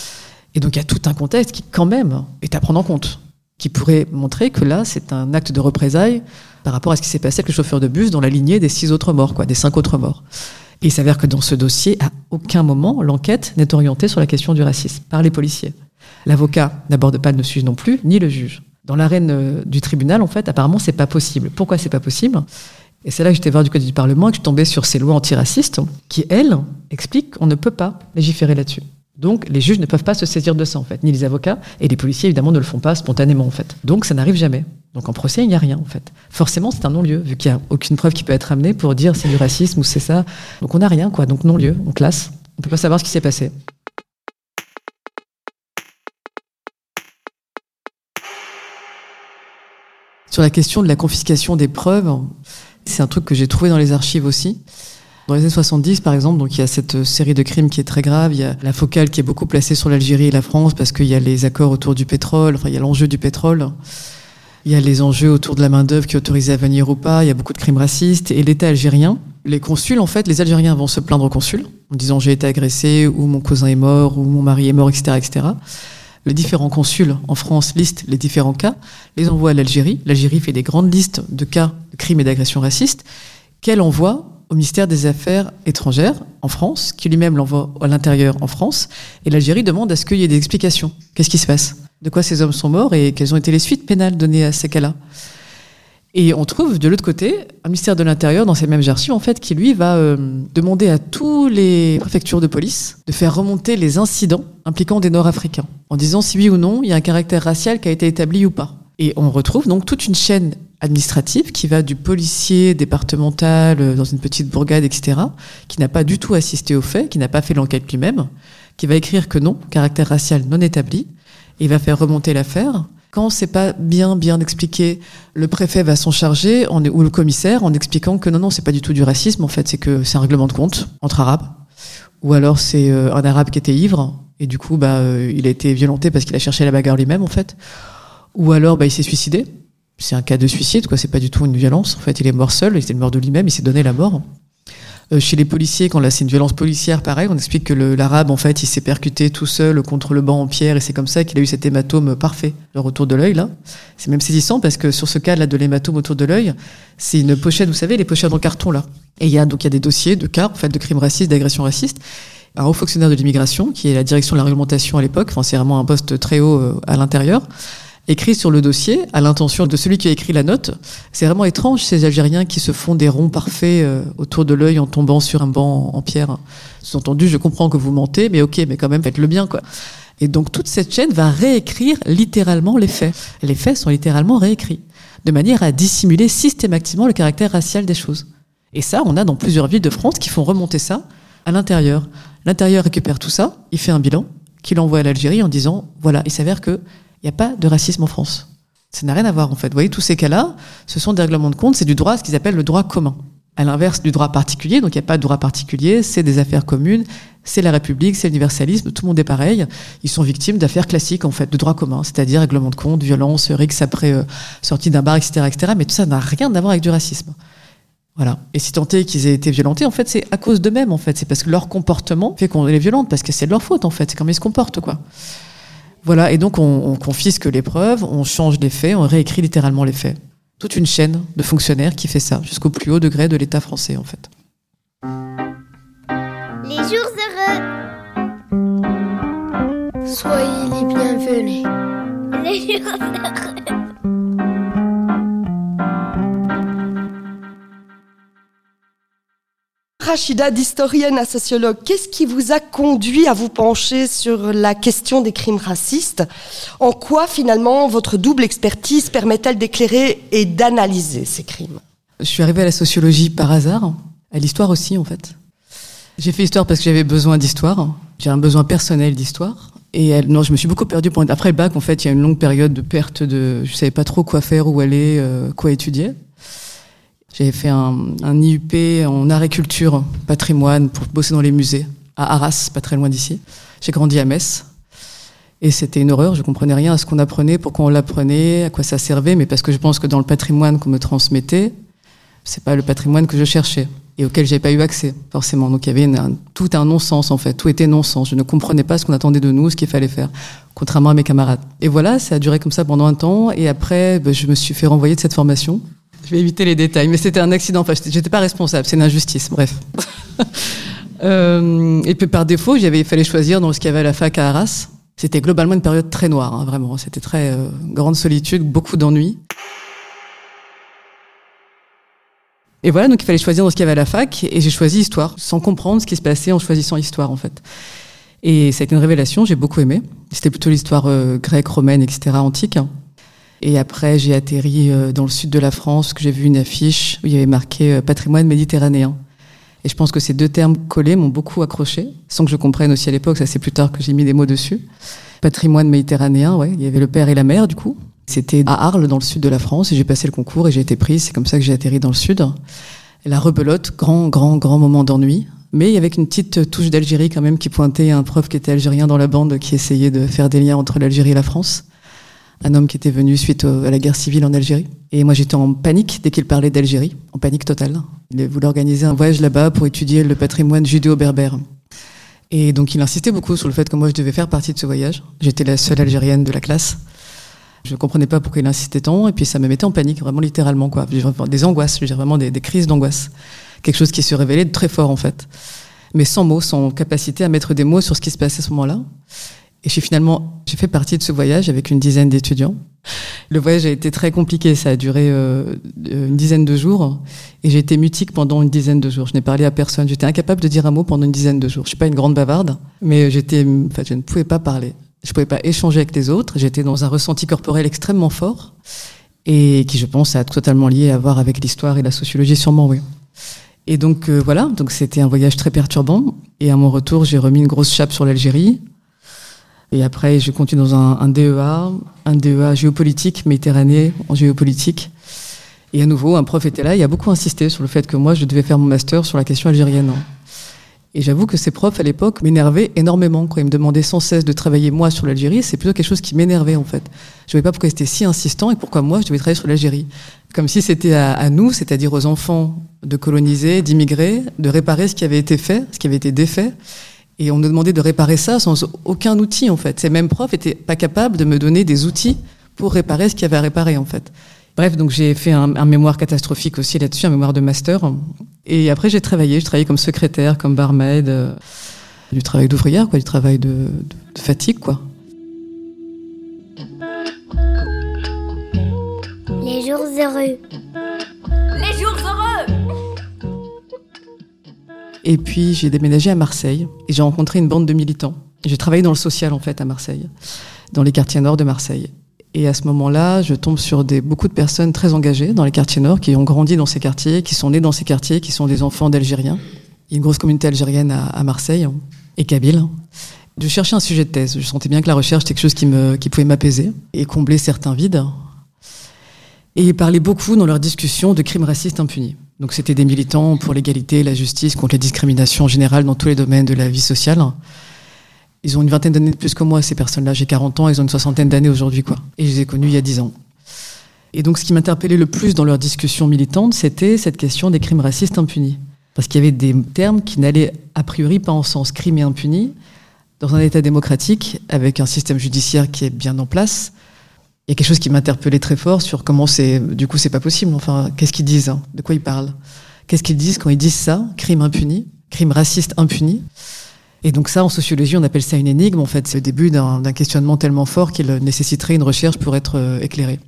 Et donc il y a tout un contexte qui, quand même, est à prendre en compte, qui pourrait montrer que là, c'est un acte de représailles par rapport à ce qui s'est passé avec le chauffeur de bus dans la lignée des six autres morts, quoi, des cinq autres morts. Et il s'avère que dans ce dossier, à aucun moment, l'enquête n'est orientée sur la question du racisme par les policiers. L'avocat n'aborde pas le sujet non plus, ni le juge. Dans l'arène du tribunal, en fait, apparemment, c'est pas possible. Pourquoi c'est pas possible ? Et c'est là que j'étais voir du côté du Parlement et que je suis tombée sur ces lois antiracistes qui, elles, expliquent qu'on ne peut pas légiférer là-dessus. Donc les juges ne peuvent pas se saisir de ça en fait, ni les avocats, et les policiers évidemment ne le font pas spontanément en fait. Donc ça n'arrive jamais. Donc en procès il n'y a rien en fait. Forcément c'est un non-lieu, vu qu'il n'y a aucune preuve qui peut être amenée pour dire c'est du racisme ou c'est ça. Donc on n'a rien quoi, donc non-lieu, on classe. On ne peut pas savoir ce qui s'est passé. Sur la question de la confiscation des preuves, c'est un truc que j'ai trouvé dans les archives aussi. Dans les années soixante-dix, par exemple, donc il y a cette série de crimes qui est très grave. Il y a la focale qui est beaucoup placée sur l'Algérie et la France parce qu'il y a les accords autour du pétrole. Enfin, il y a l'enjeu du pétrole. Il y a les enjeux autour de la main-d'œuvre qui est autorisée à venir ou pas. Il y a beaucoup de crimes racistes. Et l'État algérien, les consuls, en fait, les Algériens vont se plaindre au consul en disant j'ai été agressé ou mon cousin est mort ou mon mari est mort, et cetera, et cetera. Les différents consuls en France listent les différents cas, les envoient à l'Algérie. L'Algérie fait des grandes listes de cas de crimes et d'agressions racistes qu'elle envoie au ministère des Affaires étrangères en France, qui lui-même l'envoie à l'intérieur en France, et l'Algérie demande à ce qu'il y ait des explications. Qu'est-ce qui se passe ? De quoi ces hommes sont morts et quelles ont été les suites pénales données à ces cas-là ? Et on trouve de l'autre côté un ministère de l'Intérieur dans ces mêmes archives en fait qui lui va euh, demander à tous les préfectures de police de faire remonter les incidents impliquant des Nord-Africains en disant si oui ou non il y a un caractère racial qui a été établi ou pas. Et on retrouve donc toute une chaîne administrative qui va du policier départemental euh, dans une petite bourgade, et cetera, qui n'a pas du tout assisté aux faits, qui n'a pas fait l'enquête lui-même, qui va écrire que non, caractère racial non établi, et il va faire remonter l'affaire. Quand c'est pas bien bien expliqué, le préfet va s'en charger, en, ou le commissaire, en expliquant que non, non, c'est pas du tout du racisme, en fait, c'est que c'est un règlement de compte entre arabes, ou alors c'est euh, un arabe qui était ivre, et du coup, bah, euh, il a été violenté parce qu'il a cherché la bagarre lui-même, en fait, ou alors bah, il s'est suicidé. C'est un cas de suicide, quoi. C'est pas du tout une violence. En fait, il est mort seul, il était mort de lui-même, il s'est donné la mort. Euh, chez les policiers, quand là c'est une violence policière, pareil, on explique que le, l'arabe, en fait, il s'est percuté tout seul contre le banc en pierre et c'est comme ça qu'il a eu cet hématome parfait, le retour de l'œil, là. C'est même saisissant parce que sur ce cas-là de l'hématome autour de l'œil, c'est une pochette, vous savez, les pochettes en carton, là. Et il y a donc il y a des dossiers de cas, en fait, de crimes racistes, d'agressions racistes. Un haut fonctionnaire de l'immigration, qui est la direction de la réglementation à l'époque, enfin, c'est vraiment un poste très haut euh, à l'intérieur, écrit sur le dossier, à l'intention de celui qui a écrit la note. C'est vraiment étrange, ces Algériens qui se font des ronds parfaits euh, autour de l'œil en tombant sur un banc en, en pierre. Sous-entendu, je comprends que vous mentez, mais ok, mais quand même, faites-le bien, quoi. Et donc, toute cette chaîne va réécrire littéralement les faits. Les faits sont littéralement réécrits, de manière à dissimuler systématiquement le caractère racial des choses. Et ça, on a dans plusieurs villes de France qui font remonter ça à l'intérieur. L'intérieur récupère tout ça, il fait un bilan, qu'il envoie à l'Algérie en disant, voilà, il s'avère que il n'y a pas de racisme en France. Ça n'a rien à voir, en fait. Vous voyez, tous ces cas-là, ce sont des règlements de compte, c'est du droit, ce qu'ils appellent le droit commun. À l'inverse du droit particulier, donc il n'y a pas de droit particulier, c'est des affaires communes, c'est la République, c'est l'universalisme, tout le monde est pareil. Ils sont victimes d'affaires classiques, en fait, de droit commun, c'est-à-dire règlement de compte, violence, rixes après euh, sortie d'un bar, et cetera, et cetera. Mais tout ça n'a rien à voir avec du racisme. Voilà. Et si tant est qu'ils aient été violentés, en fait, c'est à cause d'eux-mêmes, en fait. C'est parce que leur comportement fait qu'on les violente, parce que c'est de leur faute, en fait. C'est comme ils se comportent, quoi. Voilà, et donc on, on confisque les preuves, on change les faits, on réécrit littéralement les faits. Toute une chaîne de fonctionnaires qui fait ça, jusqu'au plus haut degré de l'État français, en fait. Les jours heureux. Soyez les bienvenus. Les jours heureux. Rachida, d'historienne à sociologue, qu'est-ce qui vous a conduit à vous pencher sur la question des crimes racistes ? En quoi, finalement, votre double expertise permet-elle d'éclairer et d'analyser ces crimes ? Je suis arrivée à la sociologie par hasard, à l'histoire aussi, en fait. J'ai fait histoire parce que j'avais besoin d'histoire. J'ai un besoin personnel d'histoire. Et elle, non, je me suis beaucoup perdue. Pendant, après le bac, en fait, il y a une longue période de perte de... Je savais pas trop quoi faire, où aller, euh, quoi étudier. J'ai fait un, un I U P en art et culture, patrimoine, pour bosser dans les musées, à Arras, pas très loin d'ici. J'ai grandi à Metz. Et c'était une horreur, je comprenais rien à ce qu'on apprenait, pourquoi on l'apprenait, à quoi ça servait, mais parce que je pense que dans le patrimoine qu'on me transmettait, c'est pas le patrimoine que je cherchais, et auquel j'avais pas eu accès, forcément. Donc il y avait une, un, tout un non-sens, en fait. Tout était non-sens. Je ne comprenais pas ce qu'on attendait de nous, ce qu'il fallait faire, contrairement à mes camarades. Et voilà, ça a duré comme ça pendant un temps, et après, ben, je me suis fait renvoyer de cette formation. Je vais éviter les détails, mais c'était un accident. Enfin, j'étais pas responsable, c'est une injustice. Bref. euh, et puis par défaut, j'avais, il fallait choisir dans ce qu'il y avait à la fac à Arras. C'était globalement une période très noire, hein, vraiment. C'était très euh, grande solitude, beaucoup d'ennuis. Et voilà, donc il fallait choisir dans ce qu'il y avait à la fac, et j'ai choisi histoire, sans comprendre ce qui se passait en choisissant histoire, en fait. Et ça a été une révélation, j'ai beaucoup aimé. C'était plutôt l'histoire euh, grecque, romaine, et cetera, antique. Et après, j'ai atterri euh, dans le sud de la France, que j'ai vu une affiche où il y avait marqué euh, patrimoine méditerranéen. Et je pense que ces deux termes collés m'ont beaucoup accroché, sans que je comprenne aussi à l'époque, ça c'est plus tard que j'ai mis des mots dessus. Patrimoine méditerranéen, ouais, il y avait le père et la mère, du coup. C'était à Arles, dans le sud de la France, et j'ai passé le concours et j'ai été prise. C'est comme ça que j'ai atterri dans le sud. Et la rebelote, grand, grand, grand moment d'ennui. Mais il y avait une petite touche d'Algérie quand même qui pointait un prof qui était algérien dans la bande, qui essayait de faire des liens entre l'Algérie et la France. Un homme qui était venu suite au, à la guerre civile en Algérie. Et moi j'étais en panique dès qu'il parlait d'Algérie, en panique totale. Il voulait organiser un voyage là-bas pour étudier le patrimoine judéo-berbère. Et donc il insistait beaucoup sur le fait que moi je devais faire partie de ce voyage. J'étais la seule Algérienne de la classe. Je ne comprenais pas pourquoi il insistait tant, et puis ça me mettait en panique, vraiment littéralement, quoi. Des angoisses, je veux dire vraiment des, des crises d'angoisse. Quelque chose qui se révélait de très fort, en fait. Mais sans mots, sans capacité à mettre des mots sur ce qui se passait à ce moment-là. Et j'ai finalement, j'ai fait partie de ce voyage avec une dizaine d'étudiants. Le voyage a été très compliqué, ça a duré euh, une dizaine de jours, et j'ai été mutique pendant une dizaine de jours. Je n'ai parlé à personne, j'étais incapable de dire un mot pendant une dizaine de jours. Je suis pas une grande bavarde, mais j'étais, enfin, je ne pouvais pas parler. Je pouvais pas échanger avec les autres. J'étais dans un ressenti corporel extrêmement fort et qui, je pense, a totalement lié à voir avec l'histoire et la sociologie, sûrement, oui. Et donc, euh, voilà. Donc, c'était un voyage très perturbant. Et à mon retour, j'ai remis une grosse chape sur l'Algérie. Et après, je continue dans un, un D E A, un D E A géopolitique, Méditerranée, en géopolitique. Et à nouveau, un prof était là. Il a beaucoup insisté sur le fait que moi, je devais faire mon master sur la question algérienne. Et j'avoue que ces profs, à l'époque, m'énervaient énormément. Quand ils me demandaient sans cesse de travailler, moi, sur l'Algérie, c'est plutôt quelque chose qui m'énervait, en fait. Je ne voyais pas pourquoi ils étaient si insistants et pourquoi moi, je devais travailler sur l'Algérie. Comme si c'était à, à nous, c'est-à-dire aux enfants, de coloniser, d'immigrer, de réparer ce qui avait été fait, ce qui avait été défait. Et on nous demandait de réparer ça sans aucun outil, en fait. Ces mêmes profs n'étaient pas capables de me donner des outils pour réparer ce qu'il y avait à réparer, en fait. Bref, donc j'ai fait un, un mémoire catastrophique aussi là-dessus, un mémoire de master. Et après, j'ai travaillé. J'ai travaillé comme secrétaire, comme barmaid, euh, du travail d'ouvrière, quoi, du travail de, de, de fatigue, quoi. Les jours heureux. Les jours heureux. Et puis, j'ai déménagé à Marseille et j'ai rencontré une bande de militants. J'ai travaillé dans le social, en fait, à Marseille, dans les quartiers nord de Marseille. Et à ce moment-là, je tombe sur des, beaucoup de personnes très engagées dans les quartiers nord, qui ont grandi dans ces quartiers, qui sont nés dans ces quartiers, qui sont des enfants d'Algériens. Il y a une grosse communauté algérienne à, à Marseille, et kabyle. Je cherchais un sujet de thèse. Je sentais bien que la recherche, c'était quelque chose qui, me, qui pouvait m'apaiser et combler certains vides. Et ils parlaient beaucoup dans leurs discussions de crimes racistes impunis. Donc c'était des militants pour l'égalité, la justice, contre les discriminations générales dans tous les domaines de la vie sociale. Ils ont une vingtaine d'années de plus que moi, ces personnes-là. J'ai quarante ans, ils ont une soixantaine d'années aujourd'hui, quoi. Et je les ai connus il y a dix ans. Et donc, ce qui m'interpellait le plus dans leur discussion militante, c'était cette question des crimes racistes impunis. Parce qu'il y avait des termes qui n'allaient a priori pas en sens crime et impuni. Dans un État démocratique, avec un système judiciaire qui est bien en place, il y a quelque chose qui m'interpellait très fort sur comment c'est... Du coup, c'est pas possible. Enfin, qu'est-ce qu'ils disent, hein ? De quoi ils parlent ? Qu'est-ce qu'ils disent quand ils disent ça ? Crime impuni, crime raciste impuni. Et donc ça, en sociologie, on appelle ça une énigme. En fait, c'est le début d'un, d'un questionnement tellement fort qu'il nécessiterait une recherche pour être euh, éclairé.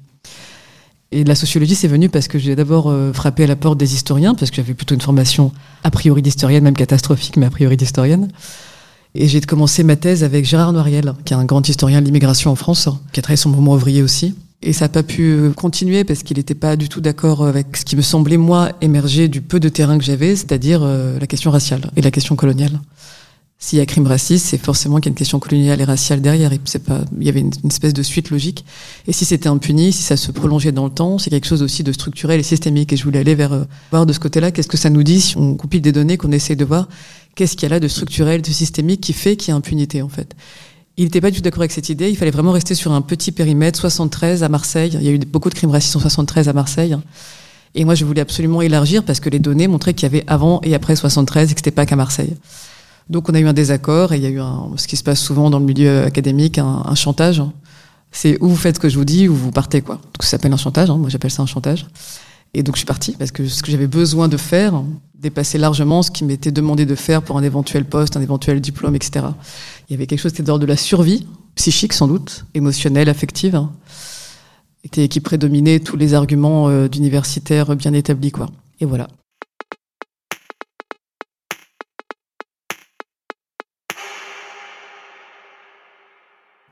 Et la sociologie, c'est venu parce que j'ai d'abord euh, frappé à la porte des historiens, parce que j'avais plutôt une formation a priori d'historienne, même catastrophique, mais a priori d'historienne. Et j'ai commencé ma thèse avec Gérard Noiriel, qui est un grand historien de l'immigration en France, qui a travaillé sur le mouvement ouvrier aussi. Et ça n'a pas pu continuer parce qu'il n'était pas du tout d'accord avec ce qui me semblait, moi, émerger du peu de terrain que j'avais, c'est-à-dire euh, la question raciale et la question coloniale. S'il y a crime raciste, c'est forcément qu'il y a une question coloniale et raciale derrière. Et c'est pas, il y avait une, une espèce de suite logique. Et si c'était impuni, si ça se prolongeait dans le temps, c'est quelque chose aussi de structurel et systémique. Et je voulais aller vers euh, voir de ce côté-là qu'est-ce que ça nous dit si on compile des données, qu'on essaye de voir qu'est-ce qu'il y a là de structurel, de systémique qui fait qu'il y a impunité en fait. Il n'était pas du tout d'accord avec cette idée. Il fallait vraiment rester sur un petit périmètre. soixante-treize à Marseille. Il y a eu beaucoup de crimes racistes en soixante-treize à Marseille. Et moi, je voulais absolument élargir parce que les données montraient qu'il y avait avant et après soixante-treize et que c'était pas qu'à Marseille. Donc on a eu un désaccord et il y a eu un, ce qui se passe souvent dans le milieu académique, un, un chantage. C'est ou vous faites ce que je vous dis ou vous partez, quoi. Donc ça s'appelle un chantage, hein, moi j'appelle ça un chantage. Et donc je suis partie parce que ce que j'avais besoin de faire dépassait largement ce qui m'était demandé de faire pour un éventuel poste, un éventuel diplôme, et cetera. Il y avait quelque chose qui était d'ordre de la survie, psychique sans doute, émotionnelle, affective, hein, et qui prédominait tous les arguments euh, d'universitaires bien établis, quoi. Et voilà.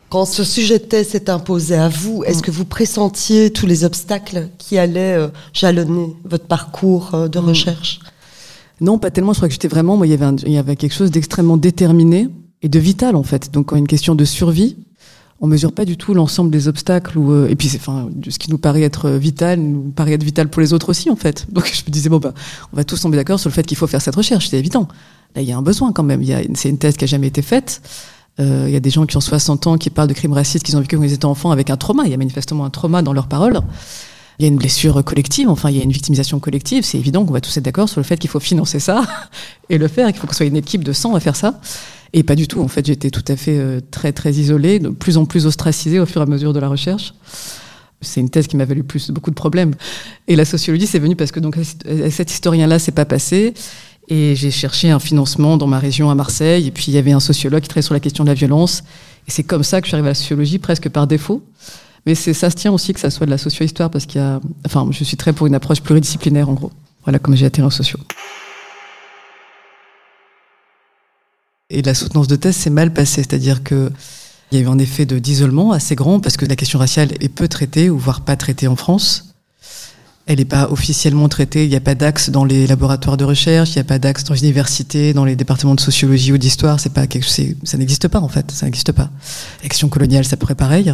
Quand ce sujet de thèse s'est imposé à vous, est-ce que vous pressentiez tous les obstacles qui allaient euh, jalonner votre parcours euh, de recherche ? Non, pas tellement. Je crois que j'étais vraiment... Moi, il y avait, un, il y avait quelque chose d'extrêmement déterminé et de vital, en fait. Donc, quand il y a une question de survie, on mesure pas du tout l'ensemble des obstacles. Ou, euh, et puis, c'est, enfin, ce qui nous paraît être vital, nous paraît être vital pour les autres aussi, en fait. Donc, je me disais, bon, bah, on va tous tomber d'accord sur le fait qu'il faut faire cette recherche. C'est évident. Là, il y a un besoin, quand même. Il y a, c'est une thèse qui a jamais été faite. Euh, il y a des gens qui ont soixante ans qui parlent de crimes racistes qu'ils ont vécu quand ils étaient enfants avec un trauma. Il y a manifestement un trauma dans leurs paroles. Il y a une blessure collective, enfin, il y a une victimisation collective. C'est évident qu'on va tous être d'accord sur le fait qu'il faut financer ça et le faire, qu'il faut qu'on soit une équipe de cent à faire ça. Et pas du tout. En fait, j'étais tout à fait euh, très, très isolée, de plus en plus ostracisée au fur et à mesure de la recherche. C'est une thèse qui m'a valu plus, beaucoup de problèmes. Et la sociologie, c'est venu parce que donc, cet historien-là s'est pas passé. Et j'ai cherché un financement dans ma région à Marseille. Et puis, il y avait un sociologue qui travaillait sur la question de la violence. Et c'est comme ça que je suis arrivée à la sociologie, presque par défaut. Mais c'est, ça se tient aussi que ça soit de la socio-histoire, parce qu'il y a... Enfin, je suis très pour une approche pluridisciplinaire, en gros. Voilà comme j'ai atterri en sociaux. Et la soutenance de thèse s'est mal passée. C'est-à-dire que il y a eu un effet de, d'isolement assez grand, parce que la question raciale est peu traitée, ou voire pas traitée en France. Elle n'est pas officiellement traitée, il n'y a pas d'axe dans les laboratoires de recherche, il n'y a pas d'axe dans les universités, dans les départements de sociologie ou d'histoire, c'est pas quelque chose, ça n'existe pas en fait, ça n'existe pas. La question coloniale, ça pourrait pareil.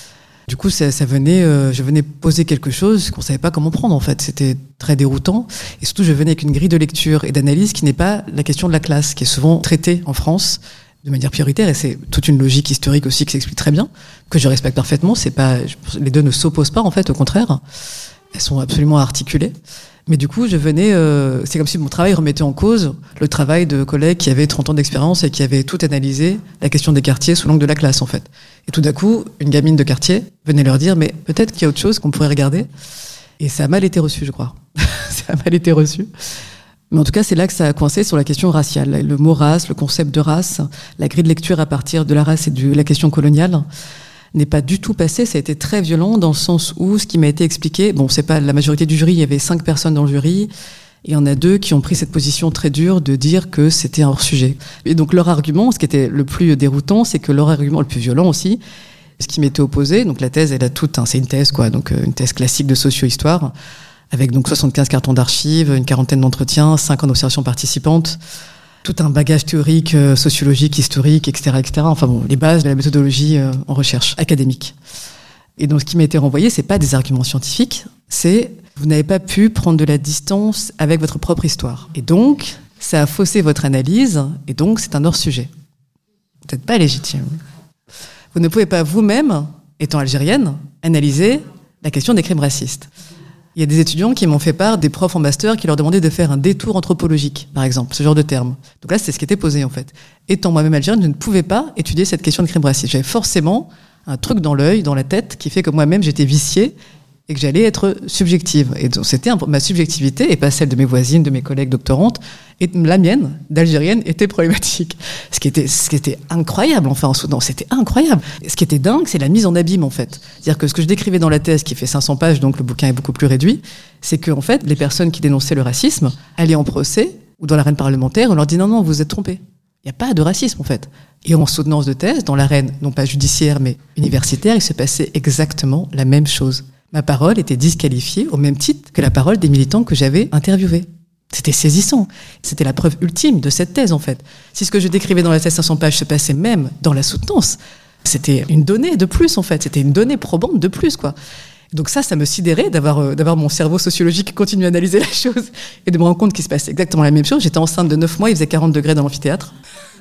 Du coup, ça, ça venait, euh, je venais poser quelque chose qu'on savait pas comment prendre en fait, c'était très déroutant. Et surtout, je venais avec une grille de lecture et d'analyse qui n'est pas la question de la classe, qui est souvent traitée en France de manière prioritaire, et c'est toute une logique historique aussi qui s'explique très bien, que je respecte parfaitement. C'est pas, les deux ne s'opposent pas en fait, au contraire. Elles sont absolument articulées. Mais du coup, je venais... Euh, c'est comme si mon travail remettait en cause le travail de collègues qui avaient trente ans d'expérience et qui avaient tout analysé la question des quartiers sous l'angle de la classe, en fait. Et tout d'un coup, une gamine de quartier venait leur dire « Mais peut-être qu'il y a autre chose qu'on pourrait regarder ». Et ça a mal été reçu, je crois. Ça a mal été reçu. Mais en tout cas, c'est là que ça a coincé sur la question raciale. Le mot race, le concept de race, la grille de lecture à partir de la race et de la question coloniale n'est pas du tout passé. Ça a été très violent dans le sens où ce qui m'a été expliqué, bon, c'est pas la majorité du jury, il y avait cinq personnes dans le jury, et il y en a deux qui ont pris cette position très dure de dire que c'était un hors-sujet. Et donc leur argument, ce qui était le plus déroutant, c'est que leur argument le plus violent aussi, ce qui m'était opposé, donc la thèse, elle a toute, hein, c'est une thèse quoi, donc une thèse classique de socio-histoire, avec donc soixante-quinze cartons d'archives, une quarantaine d'entretiens, cinq en observation participante, tout un bagage théorique, euh, sociologique, historique, et cetera, et cetera. Enfin bon, les bases de la méthodologie euh, en recherche académique. Et donc, ce qui m'a été renvoyé, c'est pas des arguments scientifiques, c'est vous n'avez pas pu prendre de la distance avec votre propre histoire. Et donc, ça a faussé votre analyse, et donc c'est un hors-sujet. Peut-être pas légitime. Vous ne pouvez pas vous-même, étant algérienne, analyser la question des crimes racistes. Il y a des étudiants qui m'ont fait part des profs en master qui leur demandaient de faire un détour anthropologique, par exemple, ce genre de terme. Donc là, c'est ce qui était posé, en fait. Étant moi-même algérienne, je ne pouvais pas étudier cette question de crime raciste. J'avais forcément un truc dans l'œil, dans la tête, qui fait que moi-même, j'étais viciée et que j'allais être subjective. Et donc, c'était un, ma subjectivité, et pas celle de mes voisines, de mes collègues doctorantes, et la mienne, d'algérienne, était problématique. Ce qui était, ce qui était incroyable, enfin, en Soudan, c'était incroyable. Et ce qui était dingue, c'est la mise en abîme, en fait. C'est-à-dire que ce que je décrivais dans la thèse, qui fait cinq cents pages, donc le bouquin est beaucoup plus réduit, c'est que, en fait, les personnes qui dénonçaient le racisme allaient en procès, ou dans l'arène parlementaire, on leur dit non, non, vous êtes trompés. Il n'y a pas de racisme, en fait. Et en soutenance de thèse, dans l'arène, non pas judiciaire, mais universitaire, il se passait exactement la même chose. Ma parole était disqualifiée au même titre que la parole des militants que j'avais interviewés. C'était saisissant. C'était la preuve ultime de cette thèse, en fait. Si ce que je décrivais dans la thèse cinq cents pages se passait même dans la soutenance, c'était une donnée de plus, en fait. C'était une donnée probante de plus, quoi. Donc ça, ça me sidérait d'avoir, euh, d'avoir mon cerveau sociologique qui continue à analyser la chose et de me rendre compte qu'il se passait exactement la même chose. J'étais enceinte de neuf mois, il faisait quarante degrés dans l'amphithéâtre.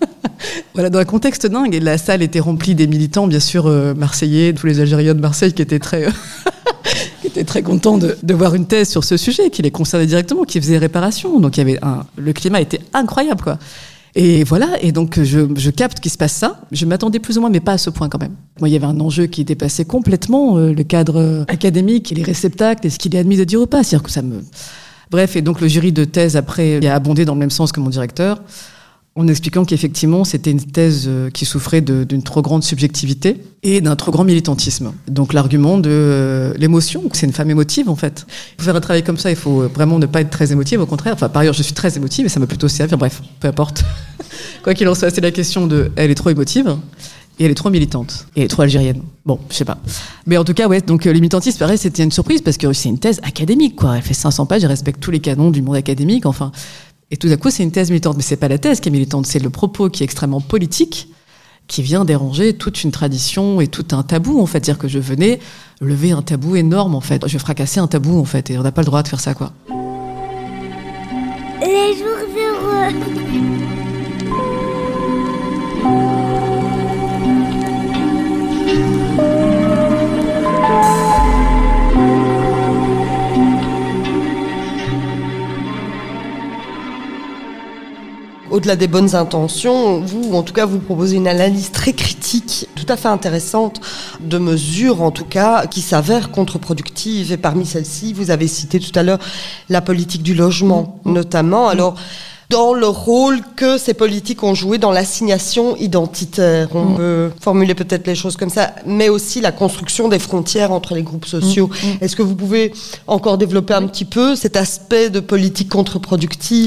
Voilà, dans un contexte dingue. Et la salle était remplie des militants, bien sûr, euh, marseillais, tous les Algériens de Marseille qui étaient très... Euh qui était très content de, de voir une thèse sur ce sujet, qui les concernait directement, qui faisait réparation. Donc il y avait un, le climat était incroyable, quoi. Et voilà, et donc je, je capte qu'il se passe ça. Je m'attendais plus ou moins, mais pas à ce point quand même. Moi, il y avait un enjeu qui dépassait complètement euh, le cadre euh, académique et les réceptacles et ce qu'il est admis de dire ou pas. C'est-à-dire que ça me... Bref, et donc le jury de thèse, après, a abondé dans le même sens que mon directeur, en expliquant qu'effectivement, c'était une thèse qui souffrait de, d'une trop grande subjectivité et d'un trop grand militantisme. Donc l'argument de euh, l'émotion, c'est une femme émotive en fait. Pour faire un travail comme ça, il faut vraiment ne pas être très émotive, au contraire. Enfin, par ailleurs, je suis très émotive et ça m'a plutôt servir. Bref, peu importe. Quoi qu'il en soit, c'est la question de elle est trop émotive. Et elle est trop militante. Et elle est trop algérienne. Bon, je sais pas. Mais en tout cas, ouais, donc le militantisme, pareil, c'était une surprise parce que c'est une thèse académique, quoi. Elle fait cinq cents pages, elle respecte tous les canons du monde académique, enfin. Et tout à coup, c'est une thèse militante. Mais c'est pas la thèse qui est militante, c'est le propos qui est extrêmement politique, qui vient déranger toute une tradition et tout un tabou, en fait. C'est-à-dire que je venais lever un tabou énorme, en fait. Je fracassais un tabou, en fait. Et on n'a pas le droit de faire ça, quoi. Les jours heureux. Au-delà des bonnes intentions, vous, en tout cas, vous proposez une analyse très critique, tout à fait intéressante, de mesures, en tout cas, qui s'avèrent contre-productives. Et parmi celles-ci, vous avez cité tout à l'heure la politique du logement, mmh. notamment. Alors, dans le rôle que ces politiques ont joué dans l'assignation identitaire. On mmh. peut formuler peut-être les choses comme ça, mais aussi la construction des frontières entre les groupes sociaux. Mmh. Est-ce que vous pouvez encore développer un petit peu cet aspect de politique contre-productive ?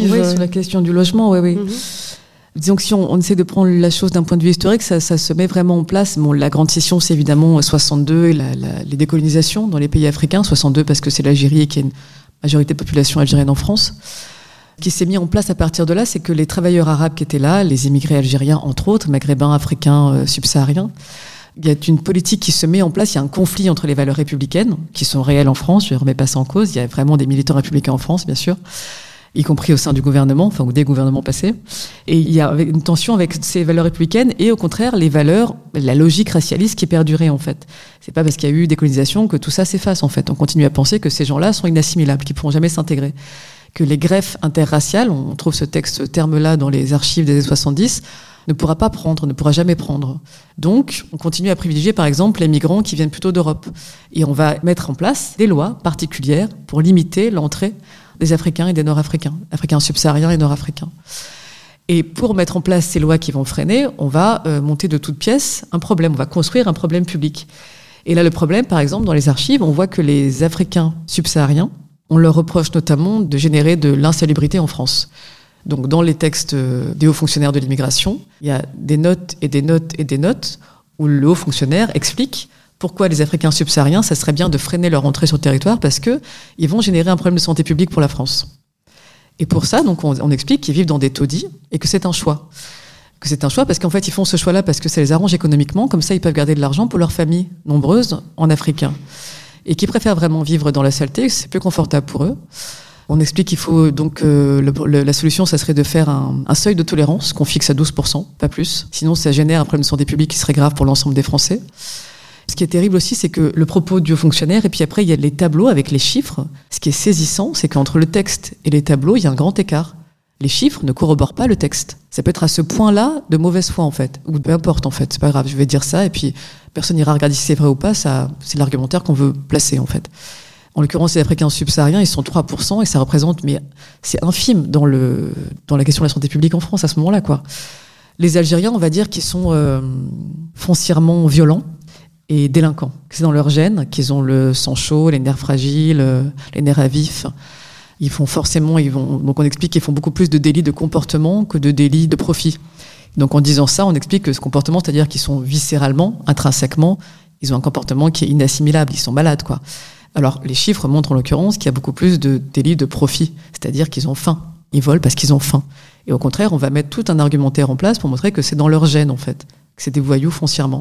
Oui, sur la question du logement, oui, oui. Mmh. Disons que si on, on essaie de prendre la chose d'un point de vue historique, ça, ça se met vraiment en place. Bon, la grande scission, c'est évidemment soixante-deux et la, la, les décolonisations dans les pays africains. soixante-deux parce que c'est l'Algérie et qu'il y a une majorité de population algérienne en France. Ce qui s'est mis en place à partir de là, c'est que les travailleurs arabes qui étaient là, les immigrés algériens entre autres, maghrébins, africains, euh, subsahariens, il y a une politique qui se met en place, il y a un conflit entre les valeurs républicaines, qui sont réelles en France, je ne remets pas ça en cause, il y a vraiment des militants républicains en France, bien sûr, y compris au sein du gouvernement, enfin, ou des gouvernements passés. Et il y a une tension avec ces valeurs républicaines et au contraire, les valeurs, la logique racialiste qui est perdurée, en fait. C'est pas parce qu'il y a eu décolonisation que tout ça s'efface, en fait. On continue à penser que ces gens-là sont inassimilables, qu'ils ne pourront jamais s'intégrer. Que les greffes interraciales, on trouve ce texte, ce terme-là dans les archives des années soixante-dix, ne pourra pas prendre, ne pourra jamais prendre. Donc, on continue à privilégier, par exemple, les migrants qui viennent plutôt d'Europe. Et on va mettre en place des lois particulières pour limiter l'entrée des Africains et des Nord-Africains, Africains subsahariens et Nord-Africains. Et pour mettre en place ces lois qui vont freiner, on va euh, monter de toutes pièces un problème, on va construire un problème public. Et là, le problème, par exemple, dans les archives, on voit que les Africains subsahariens, on leur reproche notamment de générer de l'insalubrité en France. Donc, dans les textes des hauts fonctionnaires de l'immigration, il y a des notes et des notes et des notes où le haut fonctionnaire explique pourquoi les Africains subsahariens, ça serait bien de freiner leur entrée sur le territoire parce que ils vont générer un problème de santé publique pour la France. Et pour ça, donc, on, on explique qu'ils vivent dans des taudis et que c'est un choix. Que c'est un choix parce qu'en fait, ils font ce choix-là parce que ça les arrange économiquement. Comme ça, ils peuvent garder de l'argent pour leurs familles nombreuses en Africain. Et qui préfèrent vraiment vivre dans la saleté, c'est plus confortable pour eux. On explique qu'il faut donc euh, le, le, la solution, ça serait de faire un, un seuil de tolérance qu'on fixe à douze pour cent, pas plus. Sinon, ça génère un problème de santé publique qui serait grave pour l'ensemble des Français. Ce qui est terrible aussi, c'est que le propos du haut fonctionnaire, et puis après, il y a les tableaux avec les chiffres. Ce qui est saisissant, c'est qu'entre le texte et les tableaux, il y a un grand écart. Les chiffres ne corroborent pas le texte. Ça peut être à ce point-là de mauvaise foi, en fait. Ou peu importe, en fait. C'est pas grave, je vais dire ça, et puis personne n'ira regarder si c'est vrai ou pas. Ça, c'est l'argumentaire qu'on veut placer, en fait. En l'occurrence, les Africains subsahariens, ils sont trois pour cent, et ça représente, mais c'est infime dans le, dans la question de la santé publique en France, à ce moment-là, quoi. Les Algériens, on va dire qu'ils sont euh, foncièrement violents et délinquants. C'est dans leur gène, qu'ils ont le sang chaud, les nerfs fragiles, euh, les nerfs à vif. Ils font forcément, ils vont, donc on explique qu'ils font beaucoup plus de délits de comportement que de délits de profit. Donc en disant ça, on explique que ce comportement, c'est-à-dire qu'ils sont viscéralement, intrinsèquement, ils ont un comportement qui est inassimilable, ils sont malades, quoi. Alors les chiffres montrent en l'occurrence qu'il y a beaucoup plus de délits de profit, c'est-à-dire qu'ils ont faim, ils volent parce qu'ils ont faim. Et au contraire, on va mettre tout un argumentaire en place pour montrer que c'est dans leur gène, en fait, que c'est des voyous foncièrement.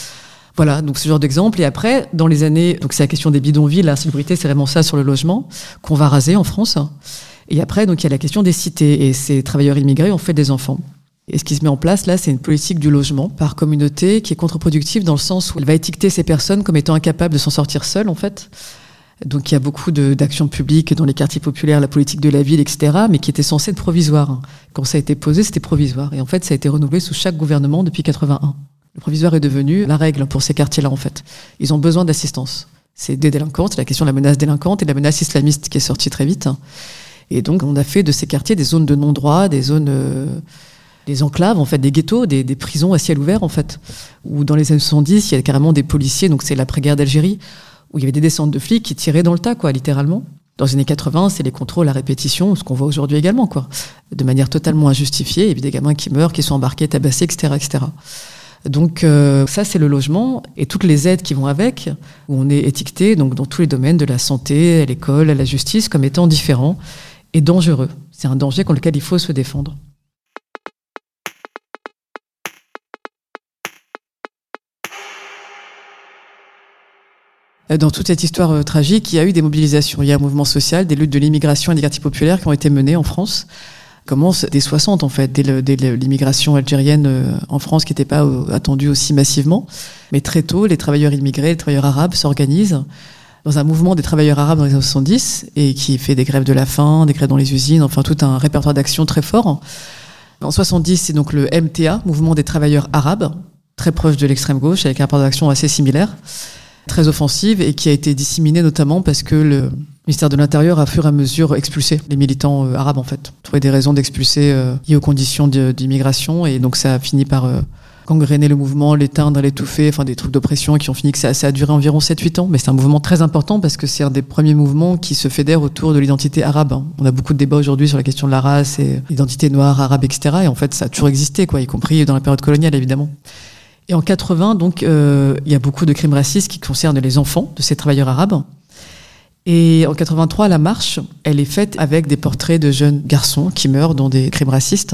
Voilà, donc ce genre d'exemple. Et après, dans les années, donc c'est la question des bidonvilles, l'insalubrité, c'est vraiment ça sur le logement, qu'on va raser en France. Et après, donc il y a la question des cités. Et ces travailleurs immigrés ont fait des enfants. Et ce qui se met en place, là, c'est une politique du logement par communauté qui est contre-productive dans le sens où elle va étiqueter ces personnes comme étant incapables de s'en sortir seules, en fait. Donc il y a beaucoup de, d'actions publiques dans les quartiers populaires, la politique de la ville, et cetera, mais qui était censée être provisoire. Quand ça a été posé, c'était provisoire. Et en fait, ça a été renouvelé sous chaque gouvernement depuis quatre-vingt-un. Le provisoire est devenu la règle pour ces quartiers-là, en fait. Ils ont besoin d'assistance. C'est des délinquants, c'est la question de la menace délinquante et de la menace islamiste qui est sortie très vite. Et donc, on a fait de ces quartiers des zones de non-droit, des zones, euh, des enclaves, en fait, des ghettos, des, des prisons à ciel ouvert, en fait. Où dans les années soixante-dix, il y a carrément des policiers, donc c'est l'après-guerre d'Algérie, où il y avait des descentes de flics qui tiraient dans le tas, quoi, littéralement. Dans les années quatre-vingts, c'est les contrôles à répétition, ce qu'on voit aujourd'hui également, quoi. De manière totalement injustifiée. Il y a des gamins qui meurent, qui sont embarqués, tabassés, et cetera, et cetera. Donc euh, ça, c'est le logement et toutes les aides qui vont avec, où on est étiqueté donc, dans tous les domaines de la santé, à l'école, à la justice, comme étant différents et dangereux. C'est un danger contre lequel il faut se défendre. Dans toute cette histoire euh, tragique, il y a eu des mobilisations. Il y a un mouvement social, des luttes de l'immigration et des quartiers populaires qui ont été menées en France. Commence dès soixante, en fait, dès, le, dès l'immigration algérienne euh, en France qui n'était pas euh, attendue aussi massivement. Mais très tôt, les travailleurs immigrés, les travailleurs arabes s'organisent dans un mouvement des travailleurs arabes dans les années soixante-dix et qui fait des grèves de la faim, des grèves dans les usines, enfin tout un répertoire d'actions très fort. En soixante-dix, c'est donc le M T A, Mouvement des travailleurs arabes, très proche de l'extrême gauche, avec un répertoire d'actions assez similaire, très offensive et qui a été disséminée notamment parce que le ministère de l'Intérieur a, à fur et à mesure, expulsé les militants euh, arabes, en fait. Trouvé des raisons d'expulser euh, liées aux conditions de, d'immigration et donc ça a fini par euh, gangréner le mouvement, l'éteindre, l'étouffer, enfin des trucs d'oppression qui ont fini que ça, ça a duré environ sept huit ans. Mais c'est un mouvement très important parce que c'est un des premiers mouvements qui se fédère autour de l'identité arabe. On a beaucoup de débats aujourd'hui sur la question de la race et l'identité noire, arabe, et cetera. Et en fait, ça a toujours existé, quoi, y compris dans la période coloniale, évidemment. Et en quatre-vingts, donc, euh, il y a beaucoup de crimes racistes qui concernent les enfants de ces travailleurs arabes. Et en quatre-vingt-trois, la marche, elle est faite avec des portraits de jeunes garçons qui meurent dans des crimes racistes.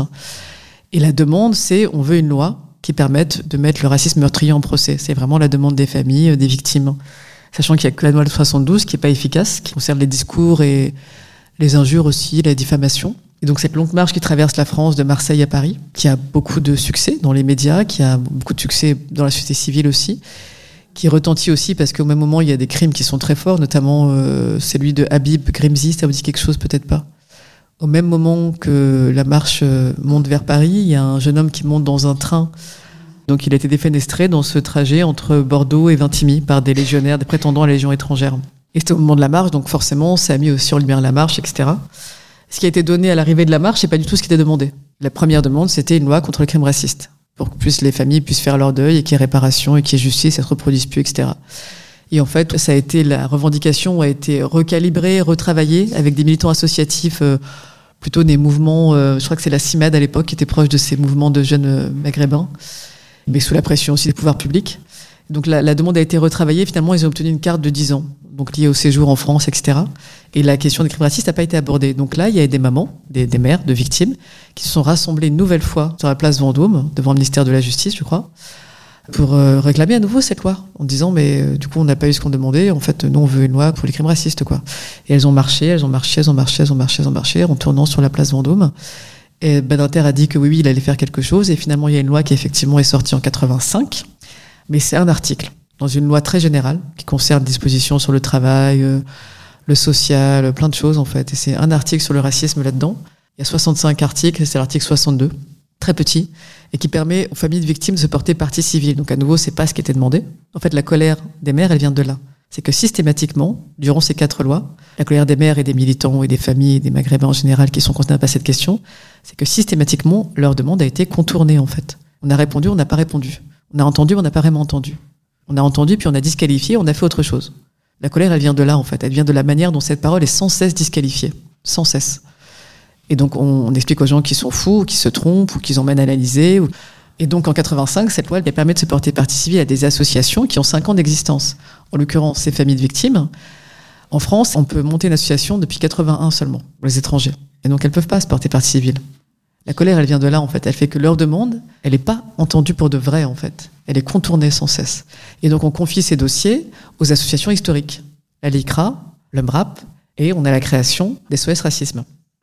Et la demande, c'est, on veut une loi qui permette de mettre le racisme meurtrier en procès. C'est vraiment la demande des familles, des victimes. Sachant qu'il n'y a que la loi de soixante-douze qui n'est pas efficace, qui concerne les discours et les injures aussi, la diffamation. Et donc cette longue marche qui traverse la France de Marseille à Paris, qui a beaucoup de succès dans les médias, qui a beaucoup de succès dans la société civile aussi, qui retentit aussi parce qu'au même moment il y a des crimes qui sont très forts, notamment euh, celui de Habib Grimzi, ça vous dit quelque chose peut-être pas. Au même moment que la marche monte vers Paris, il y a un jeune homme qui monte dans un train. Donc il a été défenestré dans ce trajet entre Bordeaux et Vintimille par des légionnaires, des prétendants à la Légion étrangère. Et c'était au moment de la marche, donc forcément ça a mis aussi en lumière la marche, et cetera. Ce qui a été donné à l'arrivée de la marche, c'est pas du tout ce qui était demandé. La première demande, c'était une loi contre le crime raciste, pour que plus les familles puissent faire leur deuil et qu'il y ait réparation et qu'il y ait justice, ça se reproduise plus, et cetera. Et en fait, ça a été, la revendication a été recalibrée, retravaillée avec des militants associatifs, euh, plutôt des mouvements, euh, je crois que c'est la CIMAD à l'époque, qui était proche de ces mouvements de jeunes euh, maghrébins, mais sous la pression aussi des pouvoirs publics. Donc la, la demande a été retravaillée, finalement ils ont obtenu une carte de dix ans, donc liée au séjour en France, et cetera. Et la question des crimes racistes n'a pas été abordée. Donc là, il y a des mamans, des, des mères de victimes, qui se sont rassemblées une nouvelle fois sur la place Vendôme, devant le ministère de la Justice, je crois, pour euh, réclamer à nouveau cette loi, en disant mais euh, du coup on n'a pas eu ce qu'on demandait, en fait nous on veut une loi pour les crimes racistes, quoi. Et elles ont marché, elles ont marché, elles ont marché, elles ont marché, elles ont marché, en tournant sur la place Vendôme. Et Badinter a dit que oui, oui, il allait faire quelque chose, et finalement il y a une loi qui effectivement est sortie en quatre-vingt-cinq, mais c'est un article dans une loi très générale qui concerne des dispositions sur le travail, euh, le social, plein de choses en fait. Et c'est un article sur le racisme là-dedans. Il y a soixante-cinq articles, c'est l'article soixante-deux, très petit, et qui permet aux familles de victimes de se porter partie civile. Donc à nouveau, c'est pas ce qui était demandé. En fait, la colère des mères, elle vient de là. C'est que systématiquement, durant ces quatre lois, la colère des mères et des militants et des familles et des Maghrébins en général qui sont concernés par cette question, c'est que systématiquement, leur demande a été contournée en fait. On a répondu, on n'a pas répondu. On a entendu, on n'a pas vraiment entendu. On a entendu, puis on a disqualifié, on a fait autre chose. La colère, elle vient de là, en fait. Elle vient de la manière dont cette parole est sans cesse disqualifiée. Sans cesse. Et donc, on, on explique aux gens qu'ils sont fous, ou qu'ils se trompent, ou qu'ils emmènent à analyser. Ou... Et donc, en quatre-vingt-cinq, cette loi, elle permet de se porter partie civile à des associations qui ont cinq ans d'existence. En l'occurrence, ces familles de victimes. En France, on peut monter une association depuis quatre-vingt-un seulement, pour les étrangers. Et donc, elles ne peuvent pas se porter partie civile. La colère, elle vient de là, en fait. Elle fait que leur demande, elle n'est pas entendue pour de vrai, en fait. Elle est contournée sans cesse. Et donc, on confie ces dossiers aux associations historiques. La LICRA, le M R A P, et on a la création d'S O S Racisme.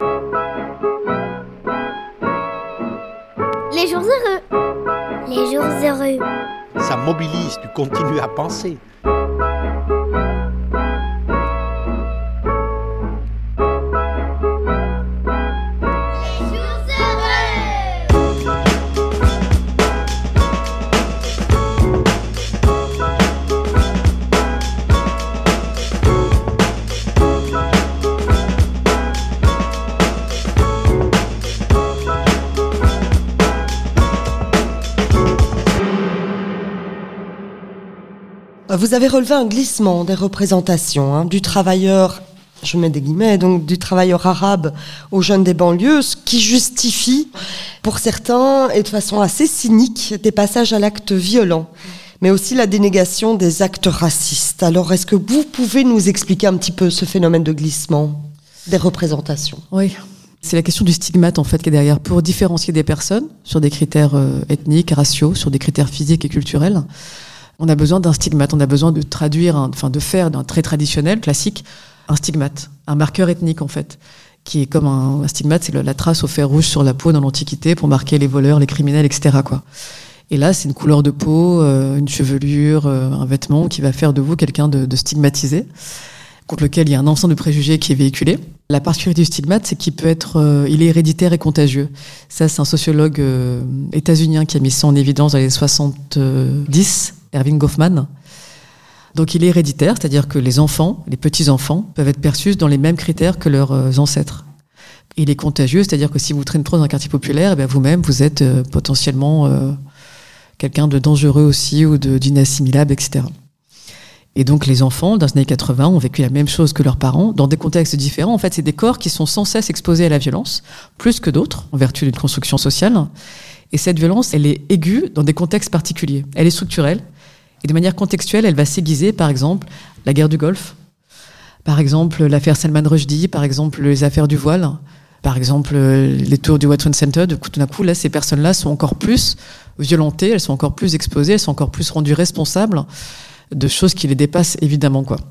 Les jours heureux. Les jours heureux. Ça mobilise, tu continues à penser. Vous avez relevé un glissement des représentations, hein, du travailleur je mets des guillemets, donc du travailleur arabe aux jeunes des banlieues, ce qui justifie, pour certains, et de façon assez cynique, des passages à l'acte violent, mais aussi la dénégation des actes racistes. Alors, est-ce que vous pouvez nous expliquer un petit peu ce phénomène de glissement des représentations ? Oui. C'est la question du stigmate, en fait, qui est derrière. Pour différencier des personnes sur des critères euh, ethniques, raciaux, sur des critères physiques et culturels, on a besoin d'un stigmate. On a besoin de traduire, un, enfin, de faire d'un trait traditionnel, classique, un stigmate, un marqueur ethnique, en fait, qui est comme un, un stigmate, c'est le, la trace au fer rouge sur la peau dans l'Antiquité pour marquer les voleurs, les criminels, et cetera, quoi. Et là, c'est une couleur de peau, euh, une chevelure, euh, un vêtement qui va faire de vous quelqu'un de, de stigmatisé, contre lequel il y a un ensemble de préjugés qui est véhiculé. La particularité du stigmate, c'est qu'il peut être, euh, il est héréditaire et contagieux. Ça, c'est un sociologue euh, états-unien qui a mis ça en évidence dans les soixante-dix, Erving Goffman. Donc, il est héréditaire, c'est-à-dire que les enfants, les petits-enfants, peuvent être perçus dans les mêmes critères que leurs euh, ancêtres. Il est contagieux, c'est-à-dire que si vous traînez trop dans un quartier populaire, eh bien, vous-même, vous êtes euh, potentiellement euh, quelqu'un de dangereux aussi ou de, d'inassimilable, et cetera. Et donc, les enfants, dans les années quatre-vingts, ont vécu la même chose que leurs parents, dans des contextes différents. En fait, c'est des corps qui sont sans cesse exposés à la violence, plus que d'autres, en vertu d'une construction sociale. Et cette violence, elle est aiguë dans des contextes particuliers. Elle est structurelle. Et de manière contextuelle, elle va s'aiguiser, par exemple, la guerre du Golfe, par exemple, l'affaire Salman Rushdie, par exemple, les affaires du voile, par exemple, les tours du World Trade Center. Du coup, tout d'un coup, là, ces personnes-là sont encore plus violentées, elles sont encore plus exposées, elles sont encore plus rendues responsables de choses qui les dépassent, évidemment, quoi.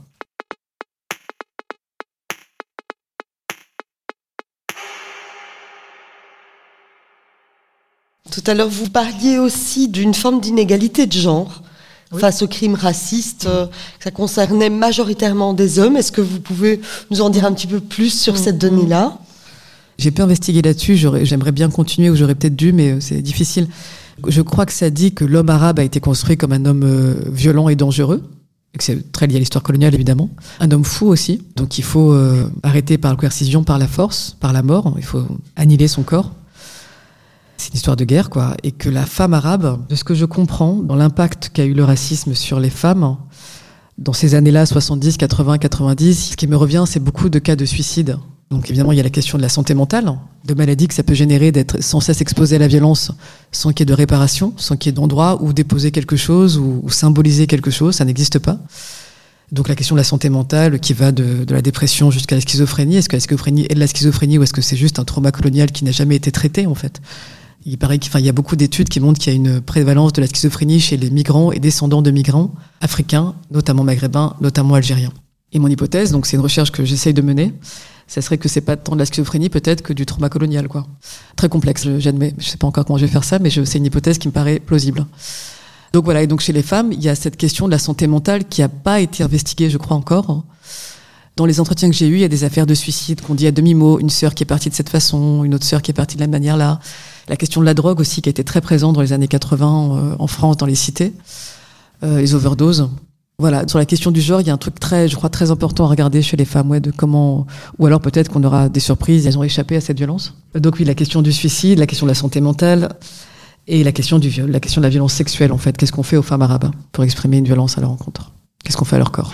Tout à l'heure, vous parliez aussi d'une forme d'inégalité de genre. Oui. Face aux crimes racistes, euh, ça concernait majoritairement des hommes. Est-ce que vous pouvez nous en dire un petit peu plus sur mmh. cette donnée-là ? J'ai peu investigué là-dessus, j'aurais, j'aimerais bien continuer, ou j'aurais peut-être dû, mais c'est difficile. Je crois que ça dit que l'homme arabe a été construit comme un homme euh, violent et dangereux, et que c'est très lié à l'histoire coloniale, évidemment. Un homme fou aussi, donc il faut euh, arrêter par la coercition, par la force, par la mort, il faut annihiler son corps. C'est une histoire de guerre, quoi. Et que la femme arabe, de ce que je comprends, dans l'impact qu'a eu le racisme sur les femmes, dans ces années-là, soixante-dix, quatre-vingts, quatre-vingt-dix, ce qui me revient, c'est beaucoup de cas de suicide. Donc évidemment, il y a la question de la santé mentale, de maladies que ça peut générer d'être sans cesse exposé à la violence, sans qu'il y ait de réparation, sans qu'il y ait d'endroit où déposer quelque chose ou, ou symboliser quelque chose, ça n'existe pas. Donc la question de la santé mentale qui va de, de la dépression jusqu'à la schizophrénie, est-ce que la schizophrénie est de la schizophrénie ou est-ce que c'est juste un trauma colonial qui n'a jamais été traité, en fait ? Il paraît qu'il enfin, il y a beaucoup d'études qui montrent qu'il y a une prévalence de la schizophrénie chez les migrants et descendants de migrants africains, notamment maghrébins, notamment algériens. Et mon hypothèse, donc c'est une recherche que j'essaye de mener, ça serait que c'est pas tant de la schizophrénie peut-être que du trauma colonial, quoi. Très complexe, j'admets. Je sais pas encore comment je vais faire ça, mais je, c'est une hypothèse qui me paraît plausible. Donc voilà, et donc chez les femmes, il y a cette question de la santé mentale qui a pas été investiguée, je crois encore. Dans les entretiens que j'ai eus, il y a des affaires de suicide qu'on dit à demi-mot, une sœur qui est partie de cette façon, une autre sœur qui est partie de la manière-là. La question de la drogue aussi, qui a été très présente dans les années quatre-vingts euh, en France, dans les cités. Euh, les overdoses. Voilà, sur la question du genre, il y a un truc très, je crois, très important à regarder chez les femmes, ouais, de comment, ou alors peut-être qu'on aura des surprises, elles ont échappé à cette violence. Donc oui, la question du suicide, la question de la santé mentale, et la question du viol, la question de la violence sexuelle, en fait. Qu'est-ce qu'on fait aux femmes arabes pour exprimer une violence à leur encontre ? Qu'est-ce qu'on fait à leur corps ?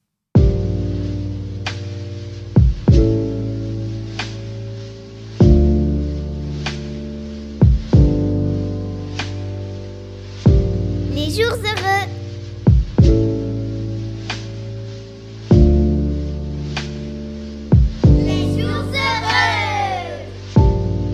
Les jours heureux. Les jours heureux.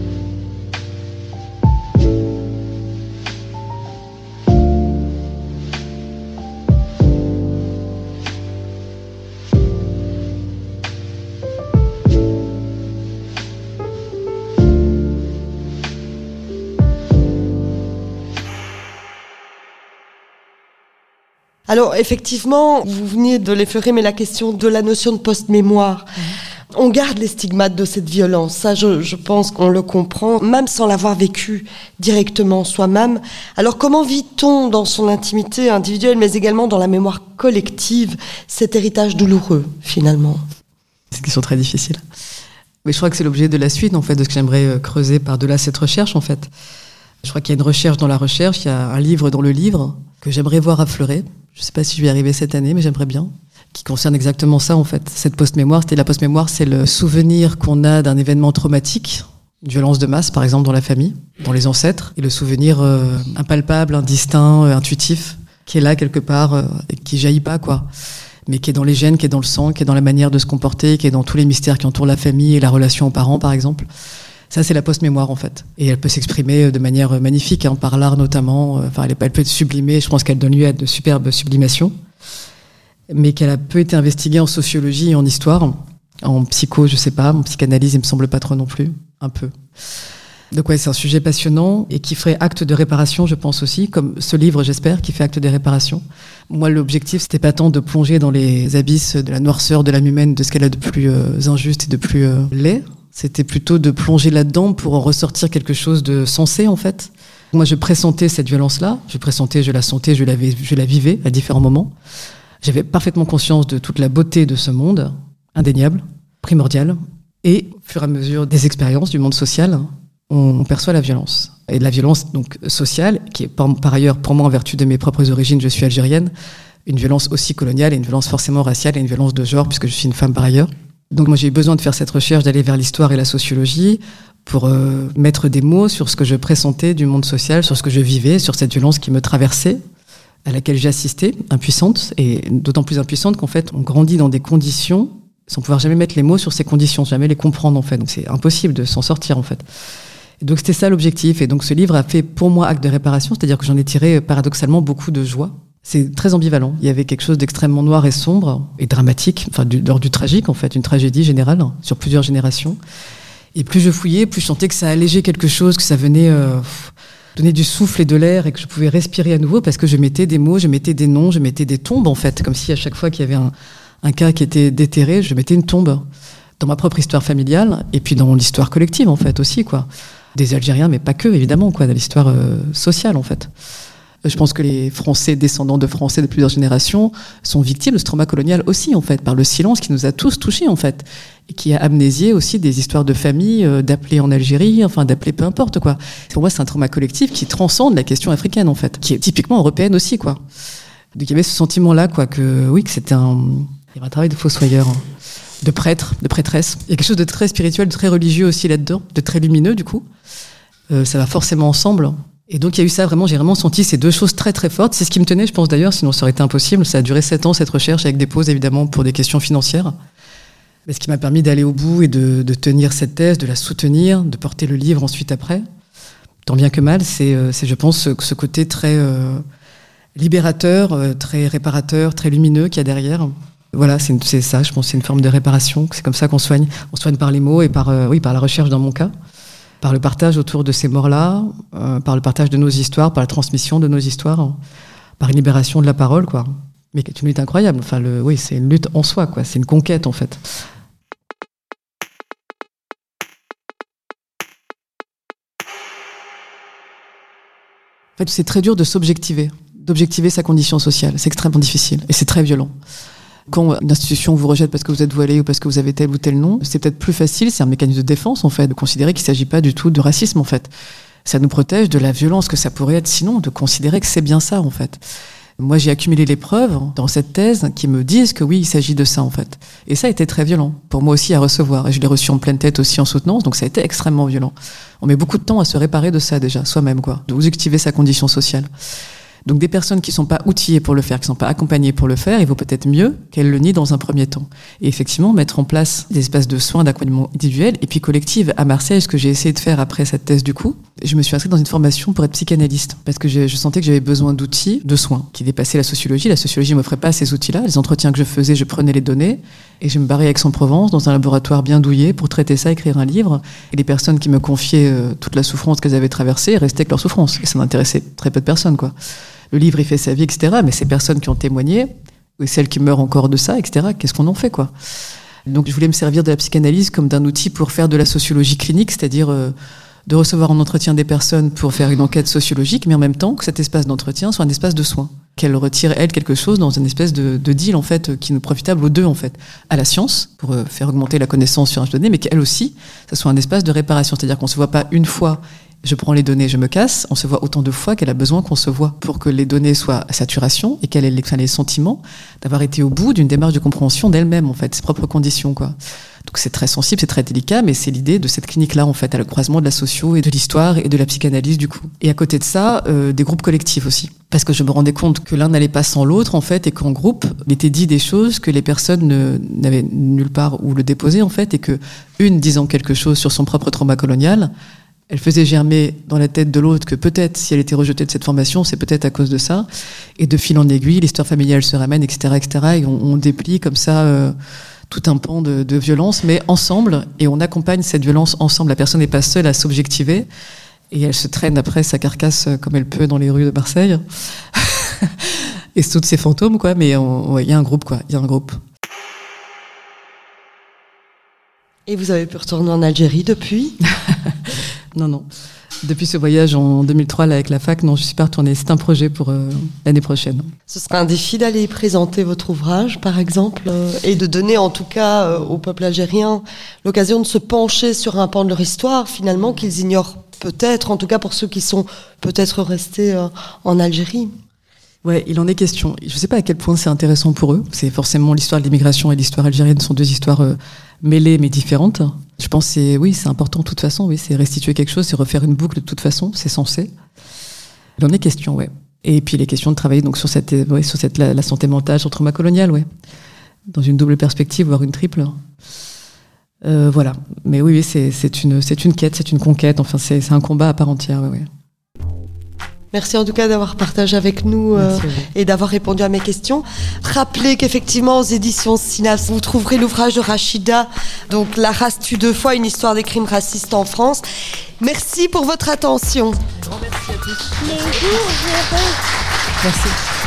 Alors, effectivement, vous veniez de l'effleurer, mais la question de la notion de post-mémoire. Mmh. On garde les stigmates de cette violence. Ça, je, je pense qu'on le comprend, même sans l'avoir vécu directement soi-même. Alors, comment vit-on dans son intimité individuelle, mais également dans la mémoire collective, cet héritage douloureux, finalement ? C'est une question très difficile. Mais je crois que c'est l'objet de la suite, en fait, de ce que j'aimerais creuser par-delà cette recherche, en fait. Je crois qu'il y a une recherche dans la recherche, il y a un livre dans le livre que j'aimerais voir affleurer. Je ne sais pas si je vais y arriver cette année, mais j'aimerais bien. qui concerne exactement ça en fait. Cette post-mémoire, c'était la post-mémoire, c'est le souvenir qu'on a d'un événement traumatique, une violence de masse par exemple dans la famille, dans les ancêtres, et le souvenir euh, impalpable, indistinct, euh, intuitif, qui est là quelque part euh, et qui jaillit pas quoi, mais qui est dans les gènes, qui est dans le sang, qui est dans la manière de se comporter, qui est dans tous les mystères qui entourent la famille et la relation aux parents par exemple. Ça, c'est la post-mémoire, en fait. Et elle peut s'exprimer de manière magnifique, hein, par l'art notamment. Enfin, elle, elle peut être sublimée. Je pense qu'elle donne lieu à de superbes sublimations. Mais qu'elle a peu été investiguée en sociologie et en histoire. En psycho, je sais pas. En psychanalyse, il me semble pas trop non plus. Un peu. Donc ouais, c'est un sujet passionnant et qui ferait acte de réparation, je pense aussi. Comme ce livre, j'espère, qui fait acte de réparation. Moi, l'objectif, c'était pas tant de plonger dans les abysses de la noirceur de l'âme humaine, de ce qu'elle a de plus euh, injuste et de plus euh, laid. C'était plutôt de plonger là-dedans pour en ressortir quelque chose de sensé, en fait. Moi, je pressentais cette violence-là. Je pressentais, je la sentais, je la, je la vivais à différents moments. J'avais parfaitement conscience de toute la beauté de ce monde, indéniable, primordial. Et, au fur et à mesure des expériences du monde social, on, on perçoit la violence. Et la violence donc sociale, qui est par, par ailleurs, pour moi, en vertu de mes propres origines, je suis algérienne, une violence aussi coloniale et une violence forcément raciale et une violence de genre, puisque je suis une femme par ailleurs. Donc moi j'ai eu besoin de faire cette recherche, d'aller vers l'histoire et la sociologie pour euh, mettre des mots sur ce que je pressentais du monde social, sur ce que je vivais, sur cette violence qui me traversait, à laquelle j'ai assisté, impuissante, et d'autant plus impuissante qu'en fait on grandit dans des conditions sans pouvoir jamais mettre les mots sur ces conditions, jamais les comprendre en fait. Donc c'est impossible de s'en sortir en fait. Et donc c'était ça l'objectif. Et donc ce livre a fait pour moi acte de réparation, c'est-à-dire que j'en ai tiré paradoxalement beaucoup de joie. C'est très ambivalent. Il y avait quelque chose d'extrêmement noir et sombre et dramatique, enfin du, d'ordre du tragique en fait, une tragédie générale hein, sur plusieurs générations. Et plus je fouillais, plus je sentais que ça allégeait quelque chose, que ça venait euh, donner du souffle et de l'air et que je pouvais respirer à nouveau parce que je mettais des mots, je mettais des noms, je mettais des tombes en fait, comme si à chaque fois qu'il y avait un, un cas qui était déterré, je mettais une tombe dans ma propre histoire familiale et puis dans l'histoire collective en fait aussi quoi, des Algériens mais pas que évidemment quoi, dans l'histoire euh, sociale en fait. Je pense que les Français, descendants de Français de plusieurs générations, sont victimes de ce trauma colonial aussi, en fait, par le silence qui nous a tous touchés, en fait, et qui a amnésié aussi des histoires de famille, euh, d'appeler en Algérie, enfin, d'appeler peu importe, quoi. Pour moi, c'est un trauma collectif qui transcende la question africaine, en fait, qui est typiquement européenne aussi, quoi. Donc, il y avait ce sentiment-là, quoi, que, oui, que c'était un, il y avait un travail de fossoyeur, de prêtre, de prêtresse. Il y a quelque chose de très spirituel, de très religieux aussi là-dedans, de très lumineux, du coup. Euh, ça va forcément ensemble. Et donc il y a eu ça, vraiment, j'ai vraiment senti ces deux choses très très fortes. C'est ce qui me tenait, je pense d'ailleurs, sinon ça aurait été impossible. Ça a duré sept ans cette recherche, avec des pauses évidemment pour des questions financières. Mais ce qui m'a permis d'aller au bout et de, de tenir cette thèse, de la soutenir, de porter le livre ensuite après. Tant bien que mal, c'est, c'est je pense, ce, ce côté très euh, libérateur, euh, très réparateur, très lumineux qu'il y a derrière. Voilà, c'est, une, c'est ça, je pense, c'est une forme de réparation. C'est comme ça qu'on soigne. On soigne par les mots et par, euh, oui, par la recherche dans mon cas. Par le partage autour de ces morts-là, euh, par le partage de nos histoires, par la transmission de nos histoires, par une libération de la parole, quoi. Mais c'est une lutte incroyable. Enfin, le, oui, c'est une lutte en soi, quoi. C'est une conquête, en fait. En fait, c'est très dur de s'objectiver, d'objectiver sa condition sociale. C'est extrêmement difficile et c'est très violent. Quand une institution vous rejette parce que vous êtes voilé ou parce que vous avez tel ou tel nom, c'est peut-être plus facile, c'est un mécanisme de défense en fait, de considérer qu'il ne s'agit pas du tout de racisme en fait. Ça nous protège de la violence que ça pourrait être sinon, de considérer que c'est bien ça en fait. Moi j'ai accumulé les preuves dans cette thèse qui me disent que oui, il s'agit de ça en fait. Et ça a été très violent pour moi aussi à recevoir, et je l'ai reçu en pleine tête aussi en soutenance, donc ça a été extrêmement violent. On met beaucoup de temps à se réparer de ça déjà, soi-même quoi, de vous activer sa condition sociale. Donc des personnes qui ne sont pas outillées pour le faire, qui ne sont pas accompagnées pour le faire, il vaut peut-être mieux qu'elles le nient dans un premier temps. Et effectivement, mettre en place des espaces de soins, d'accompagnement individuel et puis collectif. À Marseille, ce que j'ai essayé de faire après cette thèse du coup, je me suis inscrite dans une formation pour être psychanalyste parce que je, je sentais que j'avais besoin d'outils de soins qui dépassaient la sociologie. La sociologie ne m'offrait pas ces outils-là. Les entretiens que je faisais, je prenais les données et je me barrais à Aix-en-Provence dans un laboratoire bien douillet pour traiter ça, écrire un livre. Et les personnes qui me confiaient euh, toute la souffrance qu'elles avaient traversée restaient avec leur souffrance. Et ça m'intéressait très peu de personnes, quoi. Le livre, il fait sa vie, et cetera. Mais ces personnes qui ont témoigné, ou celles qui meurent encore de ça, et cetera, qu'est-ce qu'on en fait, quoi? Donc, je voulais me servir de la psychanalyse comme d'un outil pour faire de la sociologie clinique, c'est-à-dire euh, de recevoir en entretien des personnes pour faire une enquête sociologique, mais en même temps que cet espace d'entretien soit un espace de soins. Qu'elle retire, elle, quelque chose dans une espèce de, de deal, en fait, qui nous profitable aux deux, en fait. À la science, pour euh, faire augmenter la connaissance sur un donné, mais qu'elle aussi, ça soit un espace de réparation. C'est-à-dire qu'on se voit pas une fois Je prends les données, je me casse, on se voit autant de fois qu'elle a besoin qu'on se voit pour que les données soient à saturation et qu'elle ait les, enfin, les sentiments d'avoir été au bout d'une démarche de compréhension d'elle-même, en fait, ses propres conditions, quoi. Donc c'est très sensible, c'est très délicat, mais c'est l'idée de cette clinique-là, en fait, à le croisement de la socio et de l'histoire et de la psychanalyse, du coup. Et à côté de ça, euh, des groupes collectifs aussi. Parce que je me rendais compte que l'un n'allait pas sans l'autre, en fait, et qu'en groupe, il était dit des choses que les personnes ne, n'avaient nulle part où le déposer, en fait, et que une disant quelque chose sur son propre trauma colonial, elle faisait germer dans la tête de l'autre que peut-être, si elle était rejetée de cette formation, c'est peut-être à cause de ça. Et de fil en aiguille, l'histoire familiale se ramène, et cetera, et cetera. Et on, on déplie comme ça euh, tout un pan de, de violence, mais ensemble. Et on accompagne cette violence ensemble. La personne n'est pas seule à s'objectiver. Et elle se traîne après sa carcasse comme elle peut dans les rues de Marseille. Et c'est tous ces fantômes, quoi. Mais il ouais, y a un groupe, quoi. Il y a un groupe. Et vous avez pu retourner en Algérie depuis ? Non, non. Depuis ce voyage en deux mille trois là, avec la fac, non, je suis pas retournée. C'est un projet pour euh, l'année prochaine. Ce serait un défi d'aller présenter votre ouvrage, par exemple, euh, et de donner en tout cas euh, au peuple algérien l'occasion de se pencher sur un pan de leur histoire, finalement, qu'ils ignorent peut-être, en tout cas pour ceux qui sont peut-être restés euh, en Algérie. Ouais, il en est question. Je sais pas à quel point c'est intéressant pour eux. C'est forcément l'histoire de l'immigration et l'histoire algérienne sont deux histoires euh, mêlées mais différentes. Je pense que c'est, oui, c'est important de toute façon. Oui, c'est restituer quelque chose, c'est refaire une boucle de toute façon. C'est censé. Il en est question, ouais. Et puis les questions de travailler donc sur cette, ouais, sur cette la, la santé mentale, sur le trauma colonial, ouais, dans une double perspective, voire une triple. Euh, voilà. Mais oui, oui, c'est, c'est une, c'est une quête, c'est une conquête. Enfin, c'est, c'est un combat à part entière, ouais, ouais. Merci en tout cas d'avoir partagé avec nous euh, et d'avoir répondu à mes questions. Rappelez qu'effectivement aux éditions Synapse, vous trouverez l'ouvrage de Rachida, donc La race tue deux fois, une histoire des crimes racistes en France. Merci pour votre attention. Grand merci à tous. Les jours heureux. Merci.